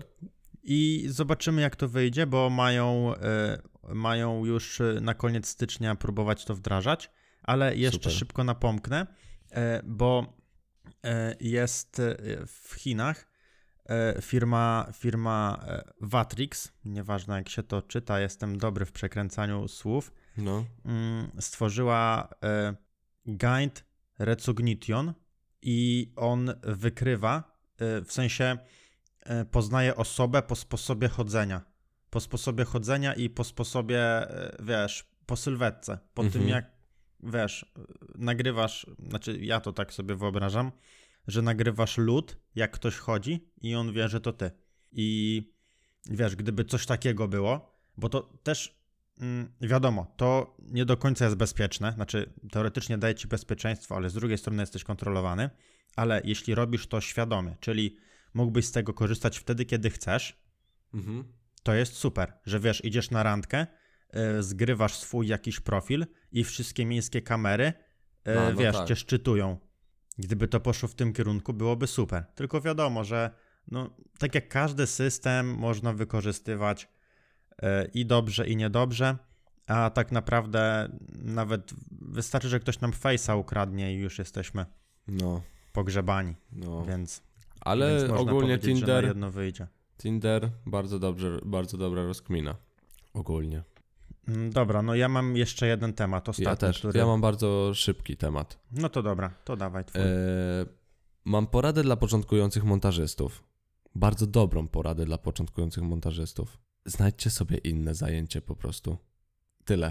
I zobaczymy, jak to wyjdzie, bo mają, e, mają już e, na koniec stycznia próbować to wdrażać, ale jeszcze Super. szybko napomknę, e, bo e, jest e, w Chinach e, firma, firma e, Vatrix, nieważne jak się to czyta, jestem dobry w przekręcaniu słów, No, mm, stworzyła e, Giant Recognition i on wykrywa, e, w sensie e, poznaje osobę po sposobie chodzenia. Po sposobie chodzenia i po sposobie, e, wiesz, po sylwetce. Po Mhm. tym jak, wiesz, nagrywasz, znaczy ja to tak sobie wyobrażam, że nagrywasz lud, jak ktoś chodzi i on wie, że to ty. I wiesz, gdyby coś takiego było, bo to też mm, wiadomo, to nie do końca jest bezpieczne, znaczy teoretycznie daje ci bezpieczeństwo, ale z drugiej strony jesteś kontrolowany, ale jeśli robisz to świadomie, czyli mógłbyś z tego korzystać wtedy, kiedy chcesz, mhm. to jest super, że wiesz, idziesz na randkę, y, zgrywasz swój jakiś profil i wszystkie miejskie kamery, y, A, no wiesz, tak. cię szczytują. Gdyby to poszło w tym kierunku, byłoby super. Tylko wiadomo, że no, tak jak każdy system można wykorzystywać y, i dobrze, i niedobrze, a tak naprawdę nawet wystarczy, że ktoś nam face'a ukradnie i już jesteśmy No, pogrzebani, no. więc, Ale więc można ogólnie powiedzieć, że Tinder, na jedno wyjdzie. Tinder bardzo dobrze, bardzo dobra rozkmina. Ogólnie. Mm, Dobra, no ja mam jeszcze jeden temat ostatni, Ja też. który... Ja mam bardzo szybki temat. No to dobra, to dawaj twój. Eee, mam poradę dla początkujących montażystów. Bardzo dobrą poradę dla początkujących montażystów. Znajdźcie sobie inne zajęcie po prostu. Tyle.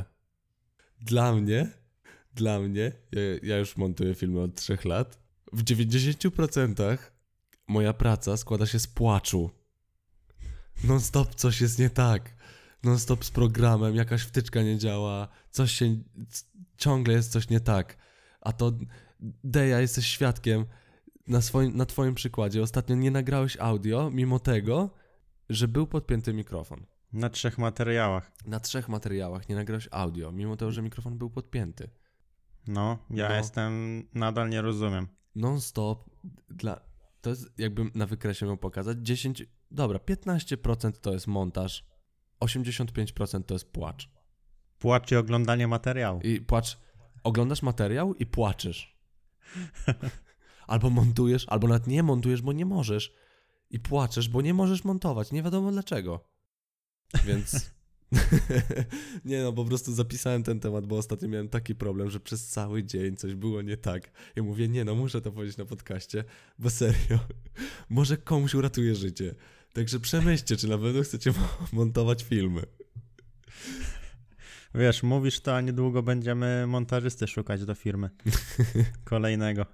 Dla mnie, dla mnie, ja, ja już montuję filmy od trzech lat. W dziewięćdziesięciu procentach moja praca składa się z płaczu. Non stop coś jest nie tak. Non stop z programem, jakaś wtyczka nie działa, coś się, c- ciągle jest coś nie tak. A to, Deja, jesteś świadkiem na, swoim, na twoim przykładzie. Ostatnio nie nagrałeś audio, mimo tego, że był podpięty mikrofon. Na trzech materiałach. Na trzech materiałach nie nagrałeś audio, mimo tego, że mikrofon był podpięty. No, ja No. jestem, nadal nie rozumiem. Non stop, dla, to jest, jakbym na wykresie miał pokazać, dziesięć, dobra, piętnaście procent to jest montaż, osiemdziesiąt pięć procent to jest płacz. Płacz i oglądanie materiału. I płacz, oglądasz materiał i płaczesz. Albo montujesz, albo nawet nie montujesz, bo nie możesz. I płaczesz, bo nie możesz montować. Nie wiadomo dlaczego. Więc... nie no, po prostu zapisałem ten temat, bo ostatnio miałem taki problem, że przez cały dzień coś było nie tak. Ja mówię, nie no, muszę to powiedzieć na podcaście, bo serio, może komuś uratuje życie. Także przemyślcie, czy na pewno chcecie mo- montować filmy. Wiesz, mówisz to, a niedługo będziemy montażysty szukać do firmy. Kolejnego.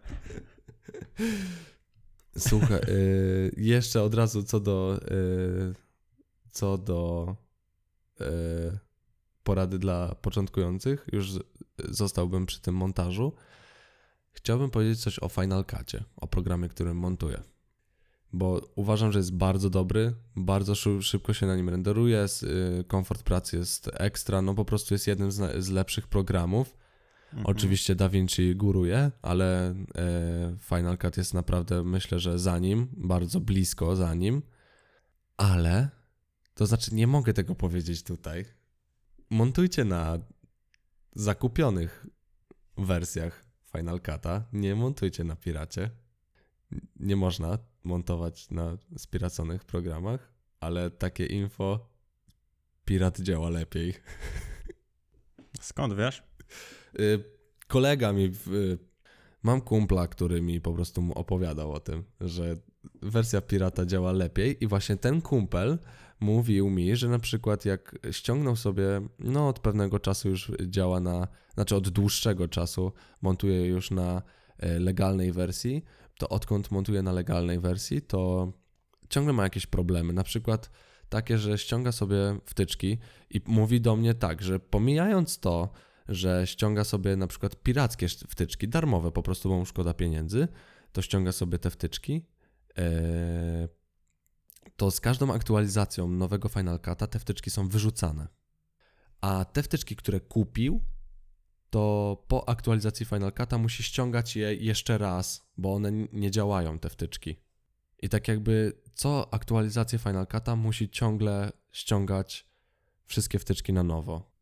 Słuchaj, y, jeszcze od razu co do y, co do y, porady dla początkujących, już z- zostałbym przy tym montażu. Chciałbym powiedzieć coś o Final Cutie, o programie, którym montuję. Bo uważam, że jest bardzo dobry, bardzo szy- szybko się na nim renderuje, s- y, komfort pracy jest ekstra, no po prostu jest jednym z, na- z lepszych programów. Mhm. Oczywiście DaVinci góruje, ale e, Final Cut jest naprawdę, myślę, że za nim, bardzo blisko za nim, ale, to znaczy nie mogę tego powiedzieć tutaj. Montujcie na zakupionych wersjach Final Cut'a, nie montujcie na piracie. Nie można montować na spiraconych programach, ale takie info, pirat działa lepiej. Skąd wiesz? Y, kolega mi, w, y, mam kumpla, który mi po prostu opowiadał o tym, że wersja pirata działa lepiej i właśnie ten kumpel mówił mi, że na przykład jak ściągnął sobie, no od pewnego czasu już działa na, znaczy od dłuższego czasu montuje już na e, legalnej wersji, to odkąd montuje na legalnej wersji, to ciągle ma jakieś problemy, na przykład takie, że ściąga sobie wtyczki i mówi do mnie tak, że pomijając to, że ściąga sobie na przykład pirackie wtyczki, darmowe po prostu, bo mu szkoda pieniędzy, to ściąga sobie te wtyczki, e, to z każdą aktualizacją nowego Final Cut'a te wtyczki są wyrzucane. A te wtyczki, które kupił, to po aktualizacji Final Cut'a musi ściągać je jeszcze raz, bo one nie działają, te wtyczki. I tak jakby co aktualizację Final Cut'a musi ciągle ściągać wszystkie wtyczki na nowo.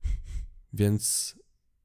Więc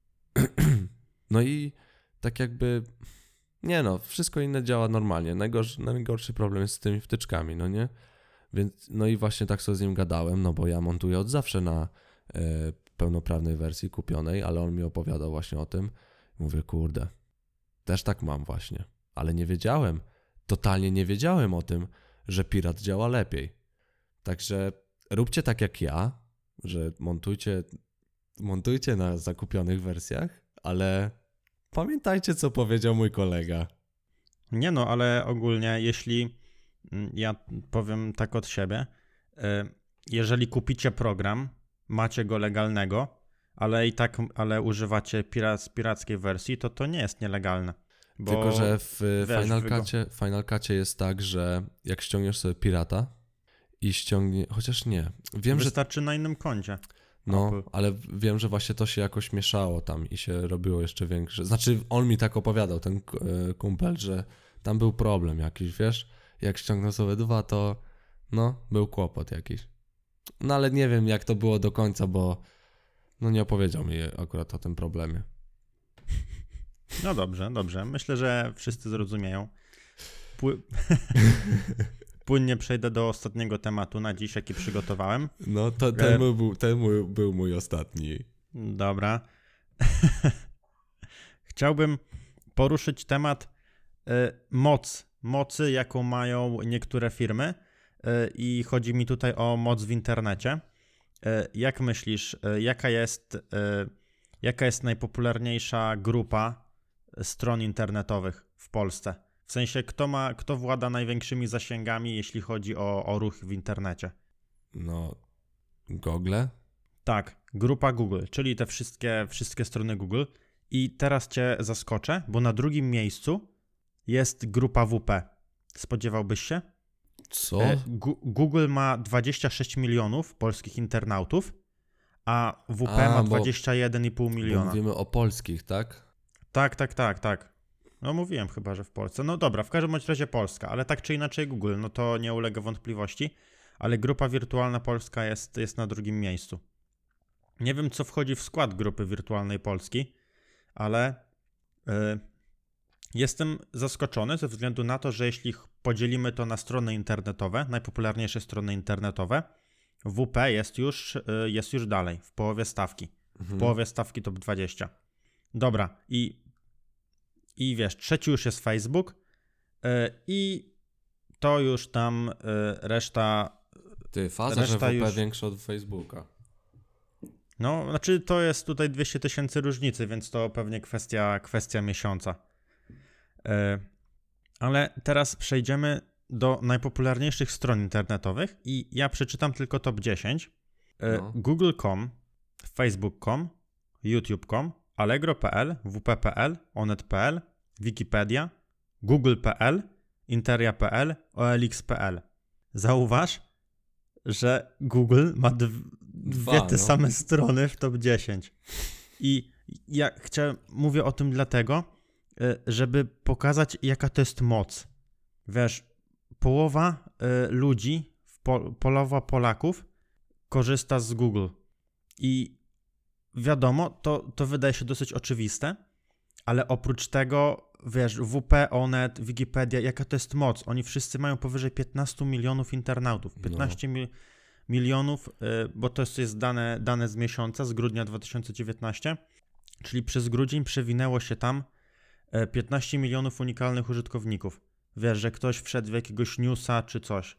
no i tak jakby nie no, wszystko inne działa normalnie. Najgorszy, najgorszy problem jest z tymi wtyczkami, no nie? Więc no i właśnie tak sobie z nim gadałem, no bo ja montuję od zawsze na e, pełnoprawnej wersji kupionej, ale on mi opowiadał właśnie o tym. Mówię, kurde, też tak mam właśnie, ale nie wiedziałem, totalnie nie wiedziałem o tym, że Pirat działa lepiej. Także róbcie tak jak ja, że montujcie, montujcie na zakupionych wersjach, ale pamiętajcie, co powiedział mój kolega. Nie no, ale ogólnie jeśli, ja powiem tak od siebie, jeżeli kupicie program, macie go legalnego, ale i tak, ale używacie pirac, pirackiej wersji, to to nie jest nielegalne. Bo, Tylko, że w wiesz, Final wygo- Cut'cie, Final Cut'cie jest tak, że jak ściągniesz sobie pirata i ściągnie, chociaż nie, wiem, że Wystarczy na innym koncie. no, Apple. ale wiem, że właśnie to się jakoś mieszało tam i się robiło jeszcze większe. Znaczy, on mi tak opowiadał, ten e, kumpel, że tam był problem jakiś, wiesz? Jak ściągnął sobie dwa, to no, był kłopot jakiś. No, ale nie wiem, jak to było do końca, bo no nie opowiedział mi akurat o tym problemie. No dobrze, dobrze. Myślę, że wszyscy zrozumieją. Pły... Płynnie przejdę do ostatniego tematu na dziś, jaki przygotowałem. No, to ten, mój był, ten mój, był mój ostatni. Dobra. Chciałbym poruszyć temat y, moc, mocy, jaką mają niektóre firmy y, i chodzi mi tutaj o moc w internecie. Y, jak myślisz, y, jaka jest, y, jaka jest najpopularniejsza grupa stron internetowych w Polsce? W sensie, kto ma, kto włada największymi zasięgami, jeśli chodzi o, o ruch w internecie? No, Google? Tak, grupa Google, czyli te wszystkie, wszystkie strony Google. I teraz cię zaskoczę, bo na drugim miejscu jest grupa W P. Spodziewałbyś się? Co? E, Gu- Google ma dwadzieścia sześć milionów polskich internautów, a W P A, ma bo- dwadzieścia jeden i pół Bo miliona. mówimy o polskich, tak? Tak, tak, tak, tak. No mówiłem chyba, że w Polsce. No dobra, w każdym bądź razie Polska, ale tak czy inaczej Google, no to nie ulega wątpliwości, ale grupa wirtualna Polska jest, jest na drugim miejscu. Nie wiem, co wchodzi w skład grupy wirtualnej Polski, ale y, jestem zaskoczony ze względu na to, że jeśli podzielimy to na strony internetowe, najpopularniejsze strony internetowe, W P jest już, y, jest już dalej, w połowie stawki. W połowie stawki top dwadzieścia. Dobra, i, i wiesz, trzeci już jest Facebook y, i to już tam y, reszta... Ty, faza, że W Reszta P już- większa od Facebooka. No, znaczy to jest tutaj dwieście tysięcy różnicy, więc to pewnie kwestia, kwestia miesiąca. E, ale teraz przejdziemy do najpopularniejszych stron internetowych i ja przeczytam tylko top dziesięć. E, No. Google kropka com, Facebook kropka com, YouTube kropka com, Allegro kropka p l, W P kropka p l, Onet kropka p l, Wikipedia, Google kropka p l, Interia kropka p l, O L X kropka p l. Zauważ, że Google ma dw- Dwa, dwie te no. same strony w top dziesięć. I ja chciałem, mówię o tym dlatego, y, żeby pokazać, jaka to jest moc. Wiesz, połowa y, ludzi, w po, połowa Polaków korzysta z Google. I wiadomo, to, to wydaje się dosyć oczywiste, ale oprócz tego, wiesz, W P, Onet, Wikipedia, jaka to jest moc. Oni wszyscy mają powyżej piętnaście milionów internautów. piętnaście mi- milionów, y, bo to jest dane, dane z miesiąca, z grudnia dwa tysiące dziewiętnastego, czyli przez grudzień przewinęło się tam y, piętnaście milionów unikalnych użytkowników. Wiesz, że ktoś wszedł w jakiegoś newsa czy coś.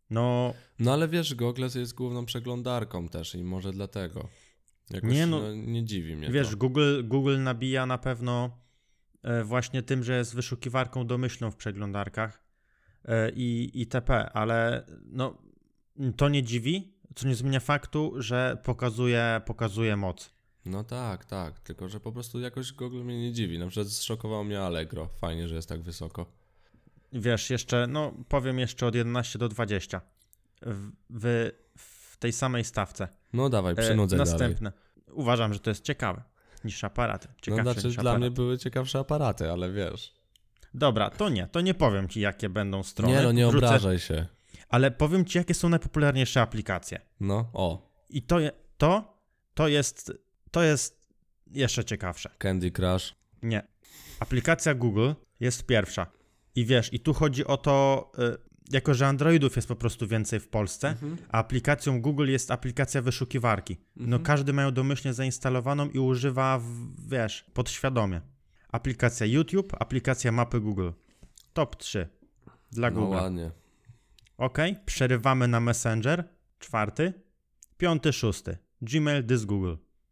No, No ale wiesz, Google jest główną przeglądarką też i może dlatego. Jakoś Nie, nie, no, no, nie dziwi mnie wiesz, to. Google, Google nabija na pewno e, właśnie tym, że jest wyszukiwarką domyślną w przeglądarkach e, i itp., ale no, to nie dziwi, co nie zmienia faktu, że pokazuje, pokazuje moc. No tak, tak, tylko że po prostu jakoś Google mnie nie dziwi. Na przykład zszokowało mnie Allegro. Fajnie, że jest tak wysoko. Wiesz, jeszcze, no powiem jeszcze od jedenaście do dwudziestu w, w, w tej samej stawce. No dawaj, E, przynudzaj dalej. następne. Uważam, że to jest ciekawe niż aparaty. No Ciekawsze znaczy niż dla aparaty. mnie były ciekawsze aparaty, ale wiesz. Dobra, to nie, to nie powiem ci, jakie będą strony. Nie no, nie Wrzucę- obrażaj się. Ale powiem ci, jakie są najpopularniejsze aplikacje. No, o, I to, je, to, to jest, to jest jeszcze ciekawsze. Candy Crush. Nie. Aplikacja Google jest pierwsza. I wiesz, i tu chodzi o to, y, jako że Androidów jest po prostu więcej w Polsce, Mhm. a aplikacją Google jest aplikacja wyszukiwarki. No Mhm. każdy ma ją domyślnie zainstalowaną i używa, w, wiesz, podświadomie. Aplikacja YouTube, aplikacja mapy Google. Top trzy dla No Google. ładnie. Ok, przerywamy na Messenger, czwarty, piąty, szósty, Gmail, This Google,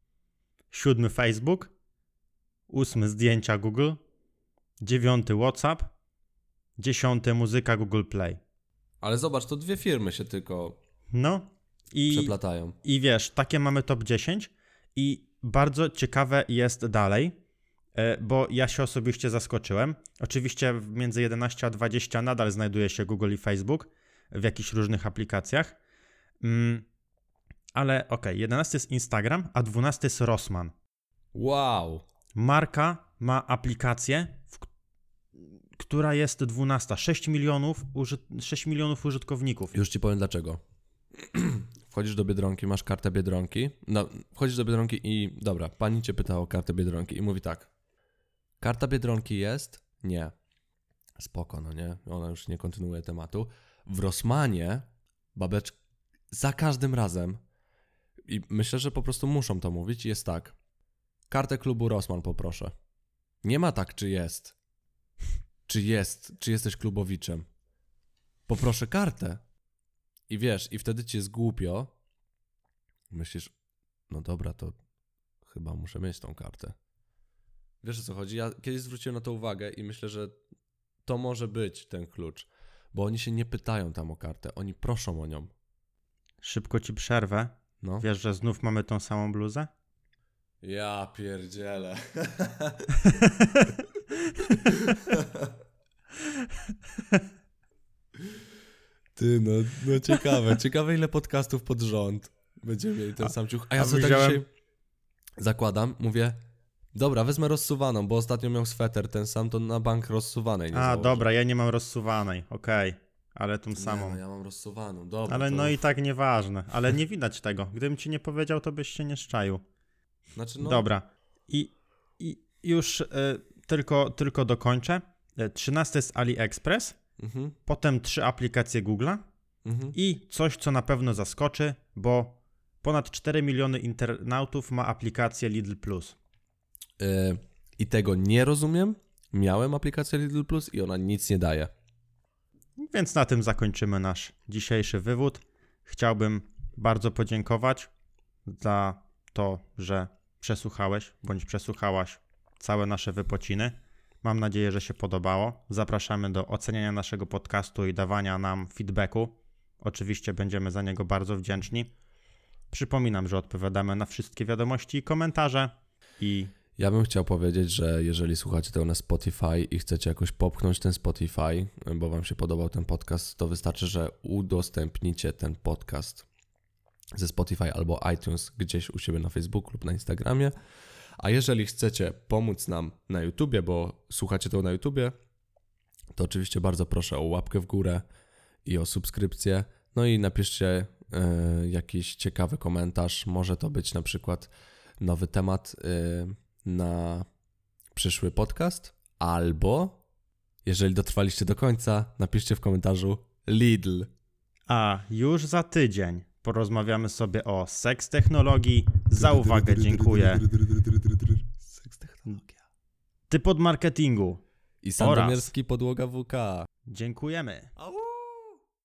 siódmy Facebook, ósmy zdjęcia Google, dziewiąty WhatsApp, dziesiąty muzyka Google Play. Ale zobacz, to dwie firmy się tylko No i, przeplatają. i wiesz, takie mamy top dziesięć i bardzo ciekawe jest dalej, e, bo ja się osobiście zaskoczyłem. Oczywiście między jedenaście a dwadzieścia nadal znajduje się Google i Facebook w jakichś różnych aplikacjach. Mm, ale okej, okay, jedenasty jest Instagram, a dwunasty jest Rossmann. Wow. Marka ma aplikację, w, k- która jest dwunasta. sześć milionów, uży- sześć milionów użytkowników. Już ci powiem dlaczego. Wchodzisz do Biedronki, masz kartę Biedronki. No, wchodzisz do Biedronki i dobra, pani cię pyta o kartę Biedronki i mówi tak. Karta Biedronki jest? Nie. Spoko, no nie? Ona już nie kontynuuje tematu. W Rossmanie babecz za każdym razem i myślę, że po prostu muszą to mówić, jest tak. Kartę klubu Rossmann poproszę. Nie ma tak, czy jest. Czy jest, czy jesteś klubowiczem. Poproszę kartę. I wiesz, i wtedy ci jest głupio. Myślisz, no dobra, to chyba muszę mieć tą kartę. Wiesz, o co chodzi? Ja kiedyś zwróciłem na to uwagę i myślę, że to może być ten klucz. Bo oni się nie pytają tam o kartę, oni proszą o nią. Szybko ci przerwę. No. Wiesz, że znów mamy tą samą bluzę? Ja pierdzielę. Ty, no, no ciekawe. Ciekawe, ile podcastów pod rząd będziemy mieli ten sam ciuch. A ja a sobie tak widziałem- dzisiaj zakładam, mówię, dobra, wezmę rozsuwaną, bo ostatnio miał sweter ten sam, to na bank rozsuwanej nie A, założę. dobra, ja nie mam rozsuwanej, okej, ale tą Nie, samą. no, ja mam rozsuwaną, dobra. Ale to... no i tak nieważne, ale nie widać tego. Gdybym ci nie powiedział, to byś się nie szczaił. Znaczy, no, Dobra, i, i już y, tylko, tylko dokończę. Y, trzynasty jest AliExpress, Mhm, potem trzy aplikacje Google'a mhm. i coś, co na pewno zaskoczy, bo ponad cztery miliony internautów ma aplikację Lidl Plus. Yy, I tego nie rozumiem. Miałem aplikację Lidl Plus i ona nic nie daje. Więc na tym zakończymy nasz dzisiejszy wywód. Chciałbym bardzo podziękować za to, że przesłuchałeś bądź przesłuchałaś całe nasze wypociny. Mam nadzieję, że się podobało. Zapraszamy do oceniania naszego podcastu i dawania nam feedbacku. Oczywiście będziemy za niego bardzo wdzięczni. Przypominam, że odpowiadamy na wszystkie wiadomości i komentarze i Ja bym chciał powiedzieć, że jeżeli słuchacie tego na Spotify i chcecie jakoś popchnąć ten Spotify, bo wam się podobał ten podcast, to wystarczy, że udostępnicie ten podcast ze Spotify albo iTunes gdzieś u siebie na Facebooku lub na Instagramie. A jeżeli chcecie pomóc nam na YouTubie, bo słuchacie tego na YouTubie, to oczywiście bardzo proszę o łapkę w górę i o subskrypcję. No i napiszcie y, jakiś ciekawy komentarz. Może to być na przykład nowy temat y, na przyszły podcast, albo jeżeli dotrwaliście do końca, napiszcie w komentarzu Lidl. A już za tydzień porozmawiamy sobie o seks technologii. Za uwagę dziękuję. Seks technologia. Typ od marketingu. I Sandomierski podłoga W K. Dziękujemy. Au!